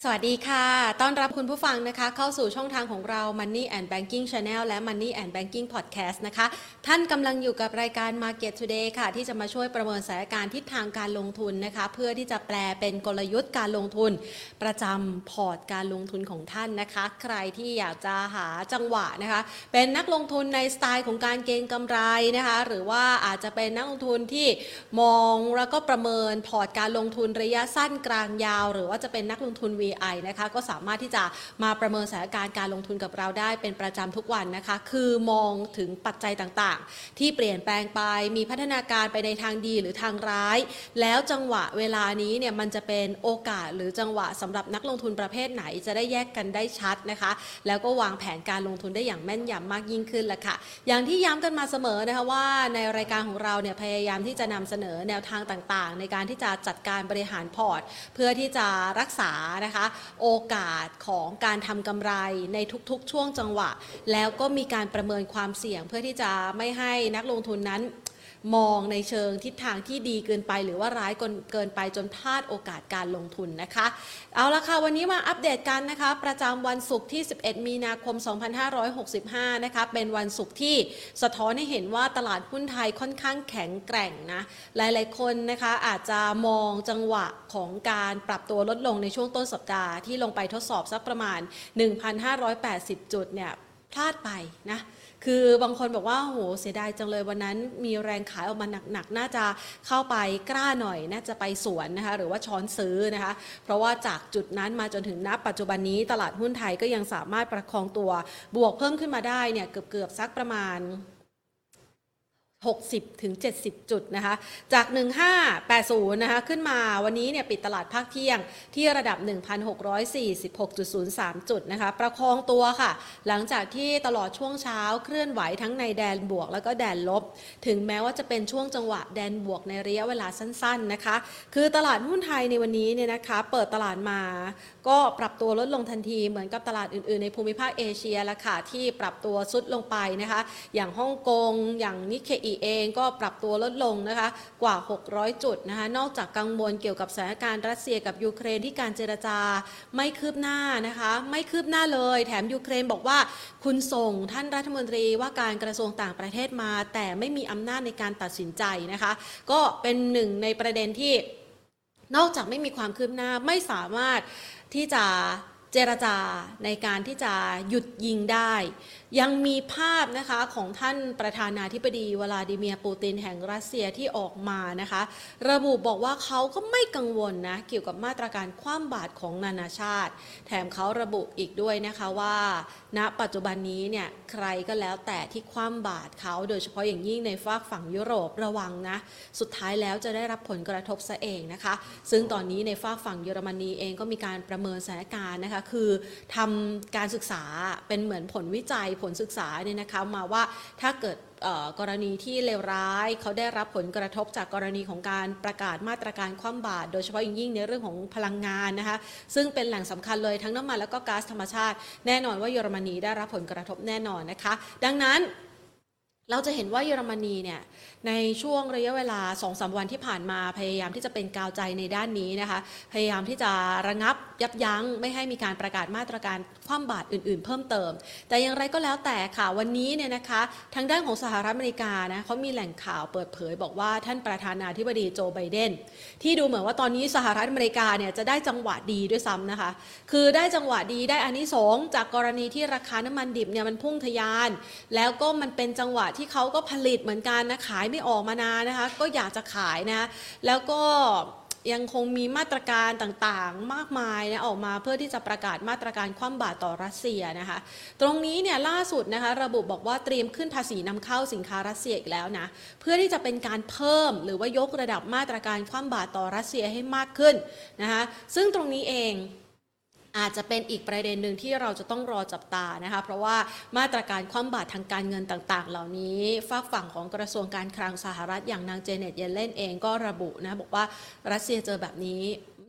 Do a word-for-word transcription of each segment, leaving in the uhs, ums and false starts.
สวัสดีค่ะต้อนรับคุณผู้ฟังนะคะเข้าสู่ช่องทางของเรา Money and Banking Channel และ Money and Banking Podcast นะคะท่านกำลังอยู่กับรายการ Market Today ค่ะที่จะมาช่วยประเมินสถานการณ์ทิศทางการลงทุนนะคะเพื่อที่จะแปลเป็นกลยุทธ์การลงทุนประจำพอร์ตการลงทุนของท่านนะคะใครที่อยากจะหาจังหวะนะคะเป็นนักลงทุนในสไตล์ของการเก็งกำไรนะคะหรือว่าอาจจะเป็นนักลงทุนที่มองแล้วก็ประเมินพอร์ตการลงทุนระยะสั้นกลางยาวหรือว่าจะเป็นนักลงทุน วี ไอ นะคะก็สามารถที่จะมาประเมินสถานการณ์การลงทุนกับเราได้เป็นประจำทุกวันนะคะคือมองถึงปัจจัยต่างๆที่เปลี่ยนแปลงไปมีพัฒนาการไปในทางดีหรือทางร้ายแล้วจังหวะเวลานี้เนี่ยมันจะเป็นโอกาสหรือจังหวะสำหรับนักลงทุนประเภทไหนจะได้แยกกันได้ชัดนะคะแล้วก็วางแผนการลงทุนได้อย่างแม่นยำมากยิ่งขึ้นแหละค่ะอย่างที่ย้ำกันมาเสมอนะคะว่าในรายการของเราเนี่ยพยายามที่จะนำเสนอแนวทางต่างๆในการที่จะจัดการบริหารพอร์ตเพื่อที่จะรักษานะคะโอกาสของการทำกำไรในทุกๆช่วงจังหวะแล้วก็มีการประเมินความเสี่ยงเพื่อที่จะไม่ให้นักลงทุนนั้นมองในเชิงทิศทางที่ดีเกินไปหรือว่าร้ายเกินไปจนพลาดโอกาสการลงทุนนะคะเอาละค่ะวันนี้มาอัปเดตกันนะคะประจำวันศุกร์ที่สิบเอ็ดมีนาคมสองพันห้าร้อยหกสิบห้านะคะเป็นวันศุกร์ที่สะท้อนให้เห็นว่าตลาดหุ้นไทยค่อนข้างแข็งแกร่งนะหลายๆคนนะคะอาจจะมองจังหวะของการปรับตัวลดลงในช่วงต้นสัปดาห์ที่ลงไปทดสอบสักประมาณ หนึ่งพันห้าร้อยแปดสิบ จุดเนี่ยพลาดไปนะคือบางคนบอกว่าโหเสียดายจังเลยวันนั้นมีแรงขายออกมาหนักๆน่าจะเข้าไปกล้าหน่อยน่าจะไปสวนนะคะหรือว่าช้อนซื้อนะคะเพราะว่าจากจุดนั้นมาจนถึงณปัจจุบันนี้ตลาดหุ้นไทยก็ยังสามารถประคองตัวบวกเพิ่มขึ้นมาได้เนี่ยเกือบๆสักประมาณหกสิบถึงเจ็ดสิบ จุดนะคะจากหนึ่งพันห้าร้อยแปดสิบนะคะขึ้นมาวันนี้เนี่ยปิดตลาดภาคเที่ยงที่ระดับ หนึ่งพันหกร้อยสี่สิบหกจุดศูนย์สาม จุดนะคะประคองตัวค่ะหลังจากที่ตลอดช่วงเช้าเคลื่อนไหวทั้งในแดนบวกแล้วก็แดนลบถึงแม้ว่าจะเป็นช่วงจังหวะแดนบวกในระยะเวลาสั้นๆนะคะคือตลาดหุ้นไทยในวันนี้เนี่ยนะคะเปิดตลาดมาก็ปรับตัวลดลงทันทีเหมือนกับตลาดอื่นๆในภูมิภาคเอเชียละค่ะที่ปรับตัวซุดลงไปนะคะอย่างฮ่องกงอย่างนิเคอิเองก็ปรับตัวลดลงนะคะกว่าหกร้อยจุดนะคะนอกจากกังวลเกี่ยวกับสถานการณ์รัสเซียกับยูเครนที่การเจรจาไม่คืบหน้านะคะไม่คืบหน้าเลยแถมยูเครนบอกว่าคุณส่งท่านรัฐมนตรีว่าการกระทรวงต่างประเทศมาแต่ไม่มีอำนาจในการตัดสินใจนะคะก็เป็นหนึ่งในประเด็นที่นอกจากไม่มีความคืบหน้าไม่สามารถที่จะเจรจาในการที่จะหยุดยิงได้ยังมีภาพนะคะของท่านประธานาธิบดีวลาดิเมียร์ปูตินแห่งรัสเซียที่ออกมานะคะระบุบอกว่าเขาก็ไม่กังวลนะเกี่ยวกับมาตรการคว่ำบาตรของนานาชาติแถมเขาระบุอีกด้วยนะคะว่าณปัจจุบันนี้เนี่ยใครก็แล้วแต่ที่คว่ำบาตรเขาโดยเฉพาะอย่างยิ่งในฝั่งฝั่งยุโรประวังนะสุดท้ายแล้วจะได้รับผลกระทบซะเองนะคะซึ่งตอนนี้ในฝั่งฝั่งเยอรมนีเองก็มีการประเมินสถานการณ์นะคะคือทำการศึกษาเป็นเหมือนผลวิจัยผลศึกษาเนี่ยนะคะมาว่าถ้าเกิดกรณีที่เลวร้ายเขาได้รับผลกระทบจากกรณีของการประกาศมาตรการคว่ำบาตรโดยเฉพาะยิ่งในเรื่องของพลังงานนะคะซึ่งเป็นแหล่งสำคัญเลยทั้งน้ำมันแล้วก็ก๊าซธรรมชาติแน่นอนว่าเยอรมนีได้รับผลกระทบแน่นอนนะคะดังนั้นเราจะเห็นว่าเยอรมนีเนี่ยในช่วงระยะเวลา สองถึงสาม วันที่ผ่านมาพยายามที่จะเป็นกาวใจในด้านนี้นะคะพยายามที่จะระงับยับยั้งไม่ให้มีการประกาศมาตรการคว่ำบาตรอื่นๆเพิ่มเติมแต่อย่างไรก็แล้วแต่ค่ะวันนี้เนี่ยนะคะทางด้านของสหรัฐอเมริกานะเขามีแหล่งข่าวเปิดเผยบอกว่าท่านประธานาธิบดีโจไบเดนที่ดูเหมือนว่าตอนนี้สหรัฐอเมริกาเนี่ยจะได้จังหวะดีด้วยซ้ำนะคะคือได้จังหวะดีได้อานิสงส์จากกรณีที่ราคาน้ำมันดิบเนี่ยมันพุ่งทะยานแล้วก็มันเป็นจังหวะที่เขาก็ผลิตเหมือนกันนะขายไม่ออกมานานนะคะก็อยากจะขายนะแล้วก็ยังคงมีมาตรการต่างๆมากมายนะออกมาเพื่อที่จะประกาศมาตรการคว่ำบาตรต่อรัสเซียนะคะตรงนี้เนี่ยล่าสุดนะคะระบุบอกว่าเตรียมขึ้นภาษีนำเข้าสินค้ารัสเซียอีกแล้วนะเพื่อที่จะเป็นการเพิ่มหรือว่ายกระดับมาตรการคว่ำบาตรต่อรัสเซียให้มากขึ้นนะคะซึ่งตรงนี้เองอาจจะเป็นอีกประเด็นหนึ่งที่เราจะต้องรอจับตานะคะเพราะว่ามาตรการคว่ำบาตรทางการเงินต่างๆเหล่านี้ฝากฝั่งของกระทรวงการคลังสหรัฐอย่างนางเจเน็ตเยเลนเองก็ระบุนะบอกว่ารัสเซียเจอแบบนี้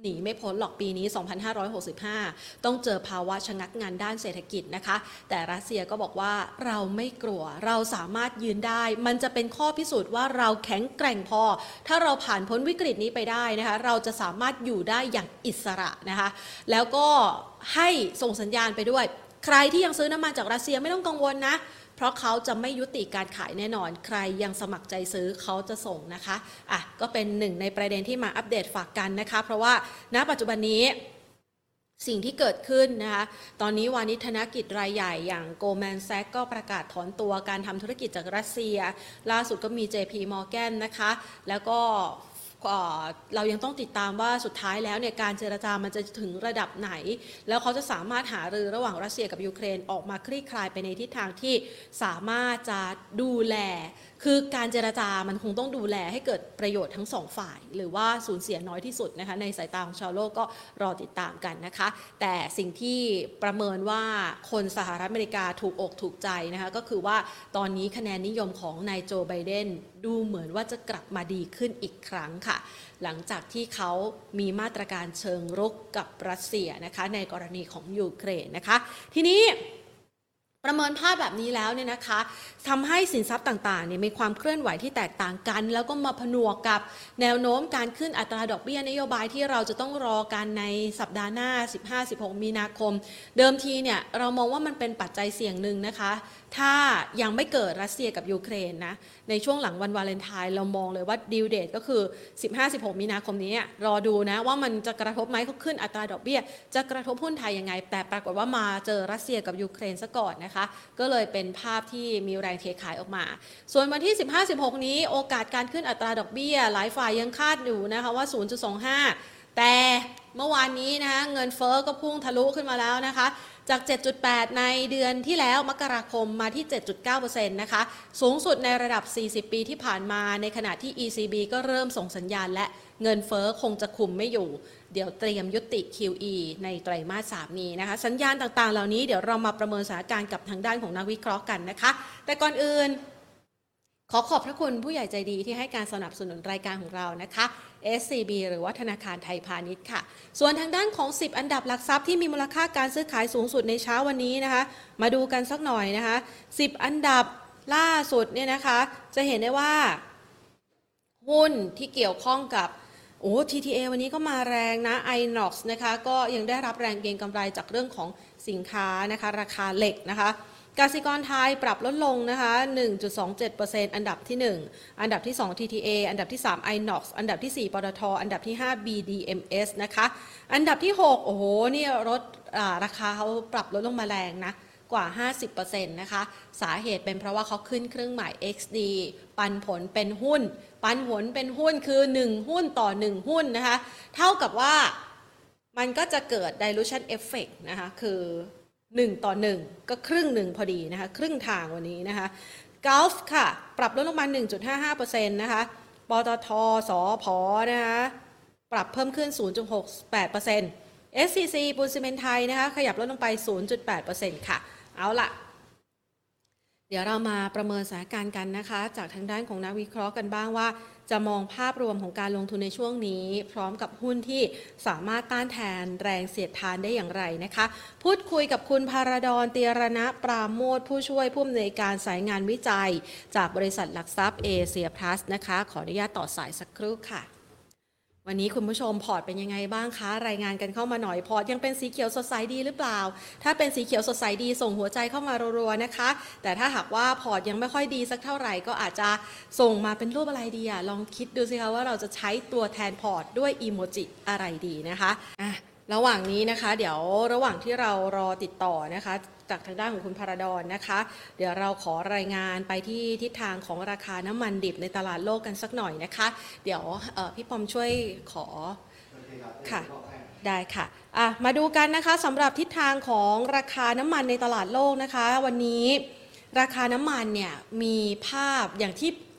หนีไม่พ้นหรอกปีนี้ สองพันห้าร้อยหกสิบห้า ต้องเจอภาวะชะงักงันด้านเศรษฐกิจนะคะแต่รัสเซียก็บอกว่าเราไม่กลัวเราสามารถยืนได้มันจะเป็นข้อพิสูจน์ว่าเราแข็งแกร่งพอถ้าเราผ่านพ้นวิกฤตนี้ไปได้นะคะเราจะสามารถอยู่ได้อย่างอิสระนะคะแล้วก็ให้ส่งสัญญาณไปด้วยใครที่ยังซื้อน้ำมันจากรัสเซียไม่ต้องกังวลนะเพราะเขาจะไม่ยุติการขายแน่นอนใครยังสมัครใจซื้อเขาจะส่งนะคะอ่ะก็เป็นหนึ่งในประเด็นที่มาอัปเดตฝากกันนะคะเพราะว่าณปัจจุบันนี้สิ่งที่เกิดขึ้นนะคะตอนนี้วานิชธนกิจรายใหญ่อย่าง Goldman Sachs ก็ประกาศถอนตัวการทำธุรกิจจากรัสเซียล่าสุดก็มี เจ พี Morgan นะคะแล้วก็เรายังต้องติดตามว่าสุดท้ายแล้วเนี่ยการเจรจามันจะถึงระดับไหนแล้วเขาจะสามารถหารือระหว่างรัสเซียกับยูเครนออกมาคลี่คลายไปในทิศทางที่สามารถจะดูแลคือการเจรจามันคงต้องดูแลให้เกิดประโยชน์ทั้งสองฝ่ายหรือว่าสูญเสียน้อยที่สุดนะคะในสายตาของชาวโลกก็รอติดตามกันนะคะแต่สิ่งที่ประเมินว่าคนสหรัฐอเมริกาถูกอกถูกใจนะคะก็คือว่าตอนนี้คะแนนนิยมของนายโจไบเดนดูเหมือนว่าจะกลับมาดีขึ้นอีกครั้งค่ะหลังจากที่เขามีมาตรการเชิงรุกกับรัสเซียนะคะในกรณีของยูเครนนะคะทีนี้ประเมินภาพแบบนี้แล้วเนี่ยนะคะทำให้สินทรัพย์ต่างๆเนี่ยมีความเคลื่อนไหวที่แตกต่างกันแล้วก็มาผนวกกับแนวโน้มการขึ้นอัตราดอกเบี้ยนโยบายที่เราจะต้องรอกันในสัปดาห์หน้า สิบห้า สิบหก มีนาคมเดิมทีเนี่ยเรามองว่ามันเป็นปัจจัยเสี่ยงหนึ่งนะคะถ้ายังไม่เกิดรัสเซียกับยูเครนนะในช่วงหลังวันวาเลนไทน์เรามองเลยว่าดีลเดทก็คือ สิบห้า สิบหก มีนาคมนี้รอดูนะว่ามันจะกระทบไหมเขาขึ้นอัตราดอกเบี้ยจะกระทบหุ้นไทยยังไงแต่ปรากฏว่ามาเจอรัสเซียกับยูเครนซะก่อนนะคะก็เลยเป็นภาพที่มีแรงเทขายออกมาส่วนวันที่ สิบห้า สิบหก นี้โอกาสการขึ้นอัตราดอกเบี้ยหลายฝ่ายยังคาดอยู่นะคะว่า ศูนย์จุดสองห้า แต่เมื่อวานนี้นะคะเงินเฟ้อก็พุ่งทะลุขึ้นมาแล้วนะคะจาก เจ็ดจุดแปด ในเดือนที่แล้วมกราคมมาที่ เจ็ดจุดเก้าเปอร์เซ็นต์ นะคะสูงสุดในระดับสี่สิบปีที่ผ่านมาในขณะที่ อี ซี บี ก็เริ่มส่งสัญญาณและเงินเฟ้อคงจะคุมไม่อยู่เดี๋ยวเตรียมยุติ คิว อี ในไตรมาสสามนี้นะคะสัญญาณต่างๆเหล่านี้เดี๋ยวเรามาประเมินสถานการณ์กับทางด้านของนักวิเคราะห์กันนะคะแต่ก่อนอื่นขอขอบพระคุณผู้ใหญ่ใจดีที่ให้การสนับสนุนรายการของเรานะคะ เอส ซี บี หรือว่าธนาคารไทยพาณิชย์ค่ะส่วนทางด้านของสิบอันดับหลักทรัพย์ที่มีมูลค่าการซื้อขายสูงสุดในเช้าวันนี้นะคะมาดูกันสักหน่อยนะคะสิบอันดับล่าสุดเนี่ยนะคะจะเห็นได้ว่าหุ้นที่เกี่ยวข้องกับโอ้ ที ที เอ วันนี้ก็มาแรงนะ ไอ เอ็น โอ เอ็กซ์ นะคะก็ยังได้รับแรงเก็งกำไรจากเรื่องของสินค้านะคะราคาเหล็กนะคะกสิกรไทยปรับลดลงนะคะ หนึ่งจุดสองเจ็ดเปอร์เซ็นต์ อันดับที่หนึ่งอันดับที่สอง ที ที เอ อันดับที่สาม ไอ เอ็น โอ เอ็กซ์ อันดับที่สี่ปตท.อันดับที่ห้า บี ดี เอ็ม เอส นะคะอันดับที่หกโอ้โหนี่ลดราคาเขาปรับลดลงมาแรงนะกว่า ห้าสิบเปอร์เซ็นต์ นะคะสาเหตุเป็นเพราะว่าเขาขึ้นเครื่องหมาย เอ็กซ์ ดี ปันผลเป็นหุ้นปันผลเป็นหุ้นคือหนึ่งหุ้นต่อหนึ่งหุ้นนะคะเท่ากับว่ามันก็จะเกิด dilution effect นะคะคือหนึ่งต่อหนึ่งก็ครึ่งหนึ่งพอดีนะคะครึ่งทางวันนี้นะคะ Gulf ค่ะปรับลดลงมา หนึ่งจุดห้าห้าเปอร์เซ็นต์ นะคะปตท.สผ.นะคะปรับเพิ่มขึ้น ศูนย์จุดหกแปดเปอร์เซ็นต์ เอส ซี ซี ปูนซีเมนต์ไทยนะคะขยับลดลงไป ศูนย์จุดแปดเปอร์เซ็นต์ ค่ะเอาล่ะเดี๋ยวเรามาประเมินสถานการณ์กันนะคะจากทางด้านของนักวิเคราะห์กันบ้างว่าจะมองภาพรวมของการลงทุนในช่วงนี้พร้อมกับหุ้นที่สามารถต้านทานแรงเสียดทานได้อย่างไรนะคะพูดคุยกับคุณภารดรเตียรณะปราโมทผู้ช่วยผู้อำนวยการสายงานวิจัยจากบริษัทหลักทรัพย์เอเชียพลัสนะคะขออนุญาตต่อสายสักครู่ค่ะวันนี้คุณผู้ชมพอร์ตเป็นยังไงบ้างคะรายงานกันเข้ามาหน่อยพอร์ตยังเป็นสีเขียวสดใสดีหรือเปล่าถ้าเป็นสีเขียวสดใสดีส่งหัวใจเข้ามารัวๆนะคะแต่ถ้าหากว่าพอร์ตยังไม่ค่อยดีสักเท่าไหร่ก็อาจจะส่งมาเป็นรูปอะไรดีอ่ะลองคิดดูสิคะว่าเราจะใช้ตัวแทนพอร์ตด้วยอีโมจิอะไรดีนะคะอ่ะระหว่างนี้นะคะเดี๋ยวระหว่างที่เรารอติดต่อนะคะจากทางด้านของคุณภารดรนะคะเดี๋ยวเราขอรายงานไปที่ทิศทางของราคาน้ำมันดิบในตลาดโลกกันสักหน่อยนะคะเดี๋ยวพี่ปอมช่วยขอค่ะได้ค่ะอ่ะมาดูกันนะคะสำหรับทิศทางของราคาน้ำมันในตลาดโลกนะคะวันนี้ราคาน้ำมันเนี่ยมีภาพอย่างที่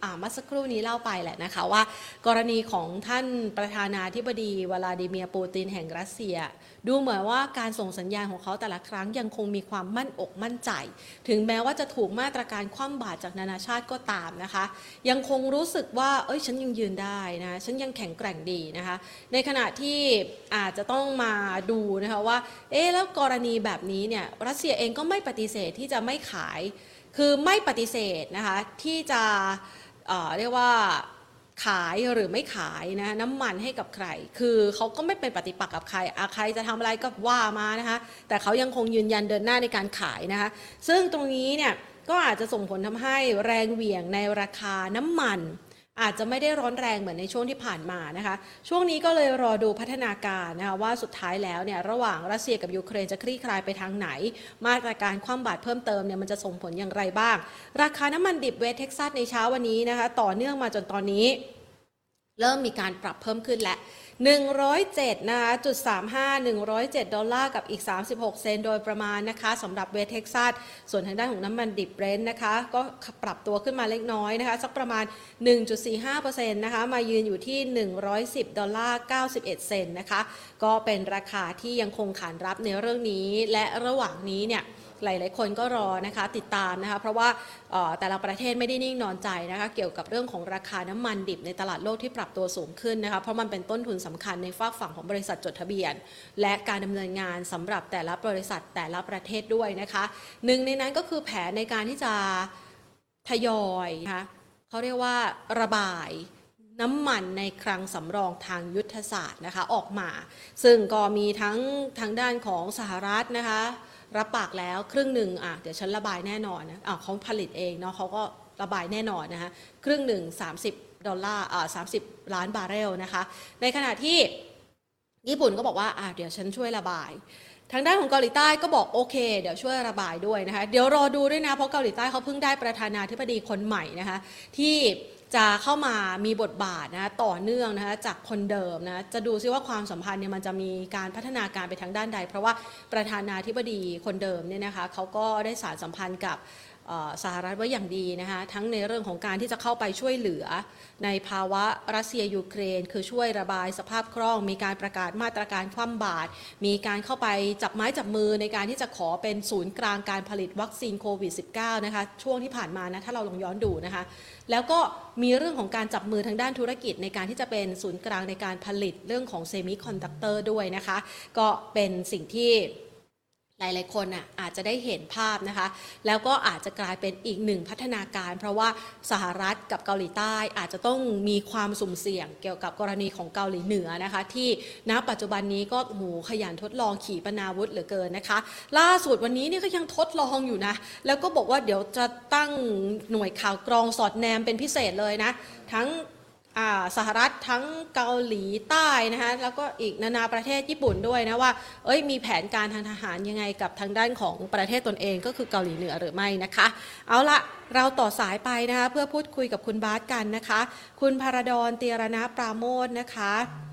อ่าเมื่อสักครู่นี้เล่าไปแหละนะคะว่ากรณีของท่านประธานาธิบดีวลาดิเมียร์ปูตินแห่งรัสเซียดูเหมือนว่าการส่งสัญญาณของเขาแต่ละครั้งยังคงมีความมั่นอกมั่นใจถึงแม้ว่าจะถูกมาตรการคว่ำบาตรจากนานาชาติก็ตามนะคะยังคงรู้สึกว่าเอ้ยฉันยังยืนได้นะฉันยังแข็งแกร่งดีนะคะในขณะที่อาจจะต้องมาดูนะคะว่าเอ๊ะแล้วกรณีแบบนี้เนี่ยรัสเซียเองก็ไม่ปฏิเสธที่จะไม่ขายคือไม่ปฏิเสธนะคะที่จะเอ่อเรียกว่าขายหรือไม่ขายนะน้ำมันให้กับใครคือเขาก็ไม่เป็นปฏิปักษ์กับใครอะใครจะทำอะไรก็ว่ามานะคะแต่เขายังคงยืนยันเดินหน้าในการขายนะคะซึ่งตรงนี้เนี่ยก็อาจจะส่งผลทำให้แรงเหวี่ยงในราคาน้ำมันอาจจะไม่ได้ร้อนแรงเหมือนในช่วงที่ผ่านมานะคะช่วงนี้ก็เลยรอดูพัฒนาการนะคะว่าสุดท้ายแล้วเนี่ยระหว่างรัสเซียกับยูเครนจะคลี่คลายไปทางไหนมาตรการคว่ำบาตรเพิ่มเติมเนี่ยมันจะส่งผลอย่างไรบ้างราคาน้ำมันดิบเวสเท็กซัสในเช้าวันนี้นะคะต่อเนื่องมาจนตอนนี้เริ่มมีการปรับเพิ่มขึ้นและหนึ่งร้อยเจ็ดนะคะจุดสามห้า หนึ่งร้อยเจ็ดดอลลาร์กับอีกสามสิบหกเซนต์โดยประมาณนะคะสำหรับเวสเท็กซัสส่วนทางด้านของน้ำมันดิบเบรนท์นะคะก็ปรับตัวขึ้นมาเล็กน้อยนะคะสักประมาณ หนึ่งจุดสี่ห้าเปอร์เซ็นต์ นะคะมายืนอยู่ที่หนึ่งร้อยสิบดอลลาร์เก้าสิบเอ็ดเซนต์นะคะก็เป็นราคาที่ยังคงขานรับในเรื่องนี้และระหว่างนี้เนี่ยหลายๆคนก็รอนะคะติดตามนะคะเพราะว่าแต่ละประเทศไม่ได้นิ่งนอนใจนะคะเกี่ยวกับเรื่องของราคาน้ำมันดิบในตลาดโลกที่ปรับตัวสูงขึ้นนะคะเพราะมันเป็นต้นทุนสำคัญในฝากฝั่งของบริษัทจดทะเบียนและการดำเนินงานสำหรับแต่ละบริษัทแต่ละประเทศด้วยนะคะหนึ่งในนั้นก็คือแผนในการที่จะทยอยนะคะเขาเรียกว่าระบายน้ำมันในคลังสำรองทางยุทธศาสตร์นะคะออกมาซึ่งก็มีทั้งทางด้านของสหรัฐนะคะรับปากแล้วครึ่งหนึ่งอ่ะเดี๋ยวฉันระบายแน่นอนนะอ่ะเขาผลิตเองเนาะเขาก็ระบายแน่นอนนะคะครึ่งหนึ่งสามสิบดอลลาร์อ่าสามสิบล้านบาร์เรลนะคะในขณะที่ญี่ปุ่นก็บอกว่าอ่ะเดี๋ยวฉันช่วยระบายทางด้านของเกาหลีใต้ก็บอกโอเคเดี๋ยวช่วยระบายด้วยนะคะเดี๋ยวรอดูด้วยนะเพราะเกาหลีใต้เขาเพิ่งได้ประธานาธิบดีคนใหม่นะคะที่จะเข้ามามีบทบาทนะต่อเนื่องนะคะจากคนเดิมนะจะดูซิว่าความสัมพันธ์เนี่ยมันจะมีการพัฒนาการไปทางด้านใดเพราะว่าประธานาธิบดีคนเดิมเนี่ยนะคะเขาก็ได้สานสัมพันธ์กับสหรัฐไว้อย่างดีนะคะทั้งในเรื่องของการที่จะเข้าไปช่วยเหลือในภาวะรัสเซียยูเครนคือช่วยระบายสภาพคล่องมีการประกาศมาตรการคว่ำบาตรมีการเข้าไปจับไม้จับมือในการที่จะขอเป็นศูนย์กลางการผลิตวัคซีนโควิด สิบเก้า นะคะช่วงที่ผ่านมานะถ้าเราลองย้อนดูนะคะแล้วก็มีเรื่องของการจับมือทางด้านธุรกิจในการที่จะเป็นศูนย์กลางในการผลิตเรื่องของเซมิคอนดักเตอร์ด้วยนะคะก็เป็นสิ่งที่หลายๆคนอ่ะอาจจะได้เห็นภาพนะคะแล้วก็อาจจะกลายเป็นอีกหนึ่งพัฒนาการเพราะว่าสหรัฐกับเกาหลีใต้อาจจะต้องมีความสุ่มเสี่ยงเกี่ยวกับกรณีของเกาหลีเหนือนะคะที่ณปัจจุบันนี้ก็โหขยันทดลองขีปนาวุธเหลือเกินนะคะล่าสุดวันนี้เนี่ยก็ยังทดลองอยู่นะแล้วก็บอกว่าเดี๋ยวจะตั้งหน่วยข่าวกรองสอดแนมเป็นพิเศษเลยนะทั้งสหรัฐทั้งเกาหลีใต้นะคะแล้วก็อีกนานาประเทศญี่ปุ่นด้วยนะว่าเอ้ยมีแผนการทางทหารยังไงกับทางด้านของประเทศตนเองก็คือเกาหลีเหนือหรือไม่นะคะเอาละเราต่อสายไปนะคะเพื่อพูดคุยกับคุณบาสกันนะคะคุณภารดรเตียรณปราโมชนะคะ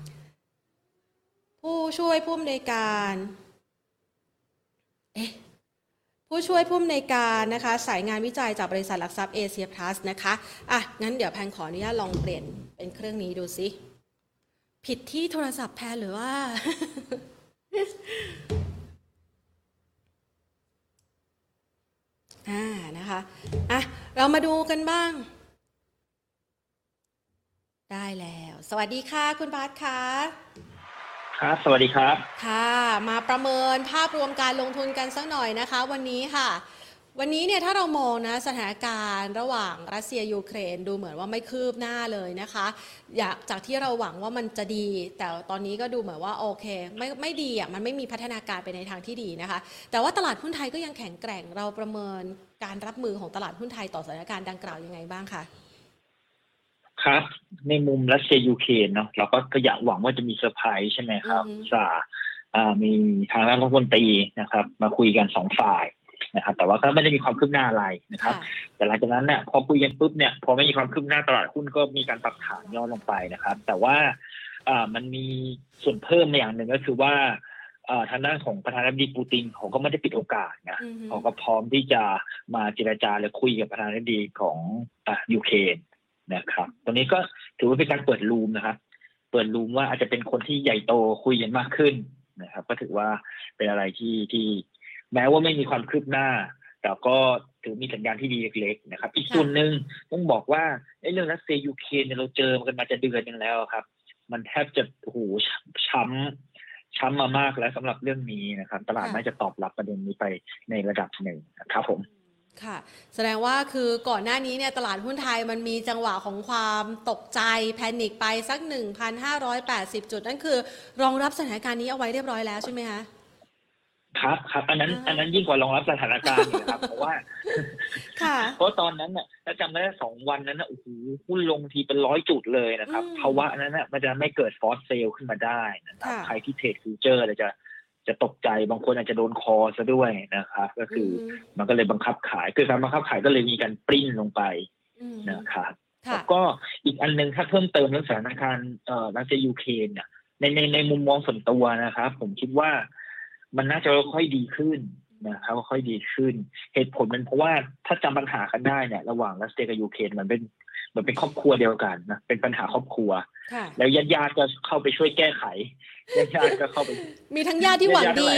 ผู้ช่วยผู้อำนวยการเอ๊ะผู้ช่วยผู้อำนวยการนะคะสายงานวิจัยจากบริษัทหลักทรัพย์เอเชียพลัสนะคะอ่ะงั้นเดี๋ยวแพนขออนุญาตลองเปลี่ยนเป็นเครื่องนี้ดูสิผิดที่โทรศัพท์แพนหรือว่า อ่านะคะอ่ะเรามาดูกันบ้างได้แล้วสวัสดีค่ะคุณบาสค่ะครับสวัสดีครับค่ะมาประเมินภาพรวมการลงทุนกันสักหน่อยนะคะวันนี้ค่ะวันนี้เนี่ยถ้าเรามองนะสถานการณ์ระหว่างรัสเซียยูเครนดูเหมือนว่าไม่คืบหน้าเลยนะคะอยากจากที่เราหวังว่ามันจะดีแต่ตอนนี้ก็ดูเหมือนว่าโอเคไม่ไม่ดีอ่ะมันไม่มีพัฒนาการไปในทางที่ดีนะคะแต่ว่าตลาดหุ้นไทยก็ยังแข็งแกร่งเราประเมินการรับมือของตลาดหุ้นไทยต่อสถานการณ์ดังกล่าวยังไงบ้างคะครับในมุมรัสเซียยูเครนเนาะเราก็ก็อยากหวังว่าจะมีเซอร์ไพรส์ใช่ไหมครับสามีทางด้านรัฐมนตรีนะครับมาคุยกันสองฝ่ายนะครับแต่ว่าก็ไม่ได้มีความคืบหน้าอะไรนะครับแต่หลังจากนั้นเนี่ยพอคุยกันปุ๊บเนี่ยพอไม่มีความคืบหน้าตลาดหุ้นก็มีการปรับฐานย่อลงไปนะครับแต่ว่ามันมีส่วนเพิ่มในอย่างหนึ่งก็คือว่าทางด้านของประธานาธิบดีปูตินเขาก็ไม่ได้ปิดโอกาสนะเขาก็พร้อมที่จะมาเจรจาและคุยกับประธานาธิบดีของยูเครนนะครับตรงนี้ก็ถือว่าเป็นการเปิดรูมนะครับเปิดรูมว่าอาจจะเป็นคนที่ใหญ่โตคุยกันมากขึ้นนะครับก็ถือว่าเป็นอะไรที่ที่แม้ว่าไม่มีความคืบหน้าแต่ก็ถือมีสัญญาณที่ดีเล็กๆนะครับอีกส่วนหนึ่งต้องบอกว่าเรื่องรัสเซียยูเครนเนี่ยเราเจอกันมาจะเดือนนึงแล้วครับมันแทบจะโอ้โหช้ำช้ำมามากแล้วสำหรับเรื่องนี้นะครับตลาดน่าจะตอบรับประเด็นนี้ไปในระดับหนึ่งนะครับผมค่ะแสดงว่าคือก่อนหน้านี้เนี่ยตลาดหุ้นไทยมันมีจังหวะของความตกใจแพนิคไปสัก หนึ่งพันห้าร้อยแปดสิบ จุดนั่นคือรองรับสถานการณ์นี้เอาไว้เรียบร้อยแล้วใช่ไหมคะครับครับอันนั้นอันนั้นยิ่งกว่ารองรับสถานการณ์อีกครับเพราะว่าเพราะตอนนั้นน่ะถ้าจำได้สองวันนั้นน่ะโอ้โหหุ้นลงทีเป็นร้อยจุดเลยนะครับภาวะนั้นน่ะมันจะไม่เกิดฟอร์สเซลขึ้นมาได้นะครับใครที่เทรดฟิวเจอร์เลยจะจะตกใจบางคนอาจจะโดนคอซะด้วยนะครับก็คือมันก็เลยบังคับขายคือการบังคับขายก็เลยมีการปริ้นลงไปนะครับแล้วก็อีกอันนึงถ้าเพิ่มเติมเรื่องสถานการณ์เอ่อรัสเซียยูเครนเนี่ยในในในมุมมองส่วนตัวนะครับผมคิดว่ามันน่าจะค่อยดีขึ้นนะครับค่อยดีขึ้นเหตุผลเป็นเพราะว่าถ้าจำปัญหากันได้เนี่ยระหว่างรัสเซียกับยูเครนมันเป็นมันเป็นครอบครัวเดียวกันนะเป็นปัญหาครอบครัวแล้วญาติญาติก็เข้าไปช่วยแก้ไขญาติญาติก็เข้าไปมีทั้งญาติที่หวังดี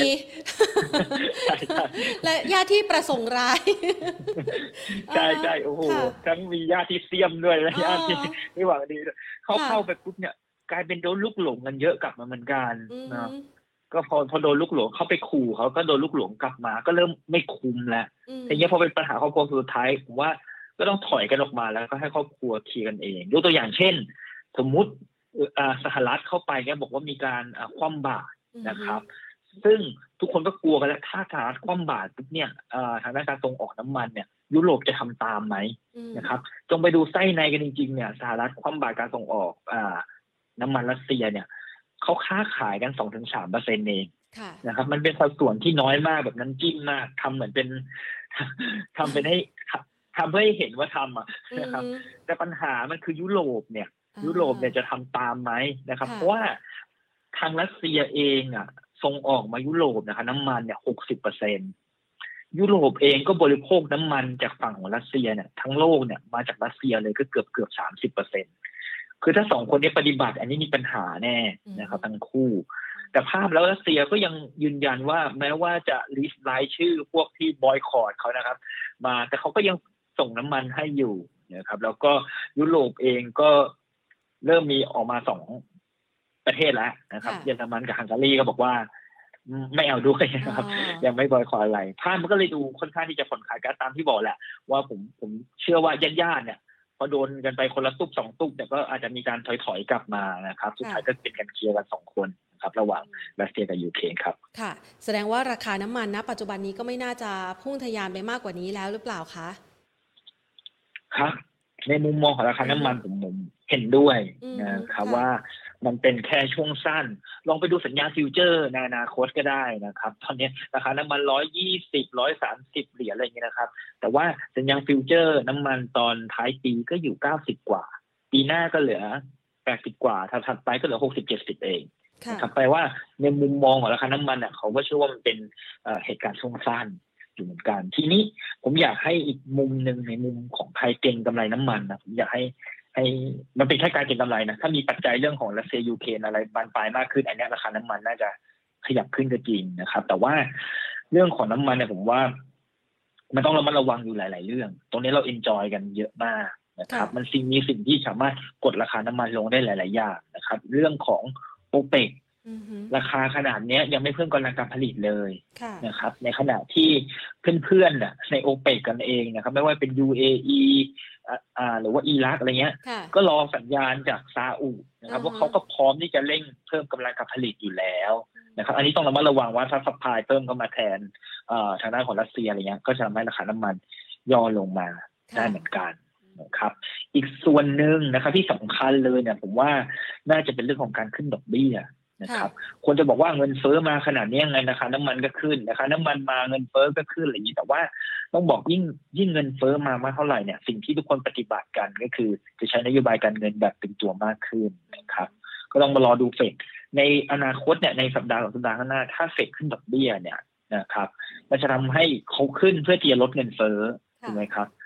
และญาติที่ประสงค์ร้ายใช่ใช่โอ้โหทั้งมีญาติที่เสียมด้วยและญาติที่ไม่หวังดีเขาเข้าไปปุ๊บเนี่ยกลายเป็นโดนลูกหลงกันเยอะกลับมาเหมือนกันนะก็พอพอโดนลูกหลงเข้าไปขู่เขาก็โดนลูกหลงกลับมาก็เริ่มไม่คุ้มแล้วทีนี้พอเป็นปัญหาครอบครัวสุดท้ายผมว่าก็ต้องถอยกันออกมาแล้วก็ให้ครอบครัวเคลียร์กันเองยกตัวอย่างเช่นสมมุติสหรัฐเข้าไปเนี่ยบอกว่ามีการคว่ำบาตรนะครับซึ่งทุกคนก็กลัวกันแล้วถ้าสหรัฐคว่ำบาตรปุ๊บเนี่ยทางด้านการส่งออกน้ำมันเนี่ยยุโรปจะทำตามไหมนะครับจงไปดูไส้ในกันจริงๆเนี่ยสหรัฐคว่ำบาตรการส่งออกน้ำมันรัสเซียเนี่ยเขาค้าขายกัน สองถึงสามเปอร์เซ็นต์ เองนะครับมันเป็นสัดส่วนที่น้อยมากแบบน้ำจิ้มมากทำเหมือนเป็นทำเป็นให้ทำเพื่อให้เห็นว่าทำอ่ะนะครับแต่ปัญหามันคือยุโรปเนี่ยยุโรปเนี่ยจะทำตามไหมนะครับเพราะว่าทางรัสเซียเองอ่ะส่งออกมายุโรปนะคะน้ำมันเนี่ย หกสิบเปอร์เซ็นต์ ยุโรปเองก็บริโภคน้ำมันจากฝั่งของรัสเซียเนี่ยทั้งโลกเนี่ยมาจากรัสเซียเลยก็เกือบเกือบ สามสิบเปอร์เซ็นต์ คือถ้าสองคนนี้ปฏิบัติอันนี้มีปัญหาแน่นะครับทั้งคู่แต่ภาพแล้วรัสเซียก็ยังยืนยันว่าแม้ว่าจะลิสต์รายชื่อพวกที่บอยคอตเขานะครับมาแต่เขาก็ยังส่งน้ำมันให้อยู่นะครับแล้วก็ยุโรปเองก็เริ่มมีออกมาสองประเทศแล้วนะครับเยอรมันกับฮังการีก็บอกว่าไม่เอาด้วยนะครับยังไม่บอยคอตอะไรภาพมันก็เลยดูค่อนข้างที่จะผ่อนคลายกันตามที่บอกแหละว่าผมผมเชื่อว่าญาติๆเนี่ยพอโดนกันไปคนละตุ๊บสองตุ๊บเนี่ยก็อาจจะมีการถอยๆกลับมานะครับสุดท้ายก็เป็นการเคลียร์กันสองคนครับระหว่างรัสเซียกับยูเครนครับค่ะแสดงว่าราคาน้ำมันณปัจจุบันนี้ก็ไม่น่าจะพุ่งทะยานไปมากกว่านี้แล้วหรือเปล่าคะครับในมุมมองของราคาน้ำมันผมผมเห็นด้วยนะครับว่ามันเป็นแค่ช่วงสั้นลองไปดูสัญญาฟิวเจอร์ในอนาคตก็ได้นะครับตอนนี้ราคาน้ำมันหนึ่งร้อยยี่สิบ หนึ่งร้อยสามสิบเหรียญอะไรอย่างเงี้ยนะครับแต่ว่าสัญญาฟิวเจอร์น้ำมันตอนท้ายปีก็อยู่เก้าสิบกว่าปีหน้าก็เหลือแปดสิบกว่าถัดไปก็เหลือหกสิบ เจ็ดสิบเองครับแปลว่าในมุมมองของราคาน้ำมันอ่ะเขาก็เชื่อว่ามันเป็นเหตุการณ์ช่วงสั้นอยู่เหมือนกันทีนี้ผมอยากให้อีกมุมนึงในมุมของใครเก็งกำไรน้ำมันนะผมอยากให้ให้มันเป็นแค่การเก็งกำไรนะถ้ามีปัจจัยเรื่องของรัสเซียยูเครนอะไรบานปลายมากขึ้นอันนี้ราคาน้ำมันน่าจะขยับขึ้นก็จริงนะครับแต่ว่าเรื่องของน้ำมันเนี่ยผมว่ามันต้องระมัดระวังอยู่หลายๆเรื่องตรงนี้เราเอนจอยกันเยอะมากนะครับมันสิ่งมีสิ่งที่สามารถกดราคาน้ำมันลงได้หลายๆอย่างนะครับเรื่องของโอเปกราคาขนาดนี้ยังไม่เพิ่มกำลังการผลิตเลยนะครับในขณะที่เพื่อนๆน่ะในโอเปกกันเองนะครับไม่ว่าเป็น ยู เอ อี อ่าหรือว่าอิรักอะไรเงี้ยก็รอสัญญาณจากซาอุนะครับว่าเขาก็พร้อมที่จะเร่งเพิ่มกำลังการผลิตอยู่แล้วนะครับอันนี้ต้องระมัดระวังว่าถ้าซัพพลายเพิ่มเข้ามาแทนทางด้านของรัสเซียอะไรเงี้ยก็จะทำให้ราคาน้ำมันย่อลงมาได้เหมือนกันนะครับอีกส่วนหนึ่งนะครับที่สำคัญเลยเนี่ยผมว่าน่าจะเป็นเรื่องของการขึ้นดอกเบี้ยนะครับคนจะบอกว่าเงินเฟ้อมาขนาดนี้ยังไงราคาน้ำมันก็ขึ้นนะคะน้ำมันมาเงินเฟ้อก็ขึ้นอะไรอย่างนี้แต่ว่าต้องบอกยิ่งยิ่งเงินเฟ้อมามากเท่าไหร่เนี่ยสิ่งที่ทุกคนปฏิบัติกันก็คือจะใช้นโยบายการเงินแบบตึงตัวมากขึ้นนะครับก็ต้องมารอดูเฟดในอนาคตเนี่ยในสัปดาห์สองสัปดาห์ข้างหน้าถ้าเฟดขึ้นดอกเบี้ยเนี่ยนะครับมันจะทำให้เขาขึ้นเพื่อที่จะลดเงินเฟ้อถูกไหมครับ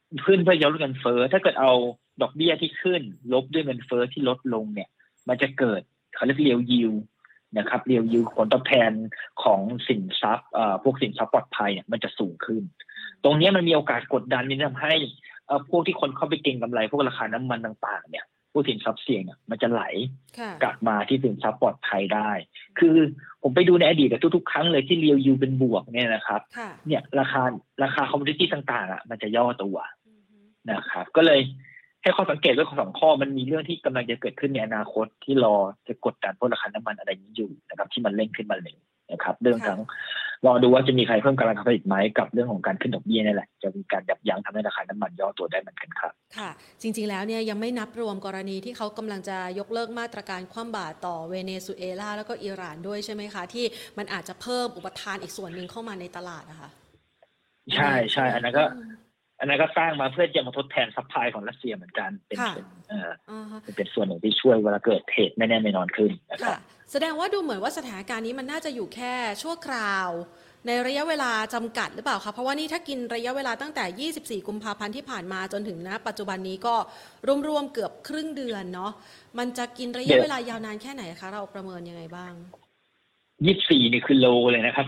ขึ้นเพื่อยอดเงินเฟ้อถ้าเกิดเอาดอกเบี้ยที่ขึ้นลบด้วยเงินเฟ้อที่ลดลงเนี่ยมันจะเกิดเขาเรียกเรียลยิลนะครับเรียลยิลผลตอบแทนของสินทรัพย์เอ่อพวกสินทรัพย์ปลอดภัยเนี่ยมันจะสูงขึ้นตรงนี้มันมีโอกาสกดดันนี่ทำให้เอ่อพวกที่คนเข้าไปเก็งกำไรพวกราคาน้ำมันต่างๆเนี่ยพวกสินทรัพย์เสี่ยงเนี่ยมันจะไหลกลับมาที่สินทรัพย์ปลอดภัยได้คือผมไปดูในอดีตทุกๆครั้งเลยที่เรียลยิลเป็นบวกเนี่ยนะครับเนี่ยราคาราคาคอมมูนิตี้ต่างๆอ่ะมันจะย่อตัวนะครับก็เลยให้ข้อสังเกตไว้สองข้อมันมีเรื่องที่กำลังจะเกิดขึ้นในอนาคตที่รอจะกดดันพวกราคาน้ำมันอะไรนี้อยู่นะครับที่มันเร่งขึ้นมาเลยนะครับเรื่องทั้งรอดูว่าจะมีใครเพิ่มกำลังการผลิตไหมกับเรื่องของการขึ้นดอกเบี้ยนี่แหละจะมีการยับยั้งทำให้ราคาน้ำมันย่อตัวได้เหมือนกันครับค่ะจริงๆแล้วเนี่ยยังไม่นับรวมกรณีที่เขากำลังจะยกเลิกมาตรการคว่ำบาตรต่อเวเนซุเอลาแล้วก็อิหร่านด้วยใช่ไหมคะที่มันอาจจะเพิ่มอุปทานอีกส่วนหนึ่งเข้ามาในตลาดนะคะใช่ใช่อันนั้นก็อันนั้นก็สร้างมาเพื่อจะมาทดแทนซัพพลายของรัสเซียเหมือนกันเป็นเป็นเอ่อเป็นส่วนหนึ่งที่ช่วยเวลาเกิดเหตุไม่แน่ไม่นอนขึ้นนะครับแสดงว่าดูเหมือนว่าสถานการณ์นี้มันน่าจะอยู่แค่ชั่วคราวในระยะเวลาจำกัดหรือเปล่าคะเพราะว่านี่ถ้ากินระยะเวลาตั้งแต่ยี่สิบสี่กุมภาพันธ์ที่ผ่านมาจนถึงณปัจจุบันนี้ก็รวมๆเกือบครึ่งเดือนเนาะมันจะกินระยะเวลายาวนานแค่ไหนคะเราประเมินยังไงบ้างยี่สิบสี่นี่คือโลเลยนะครับ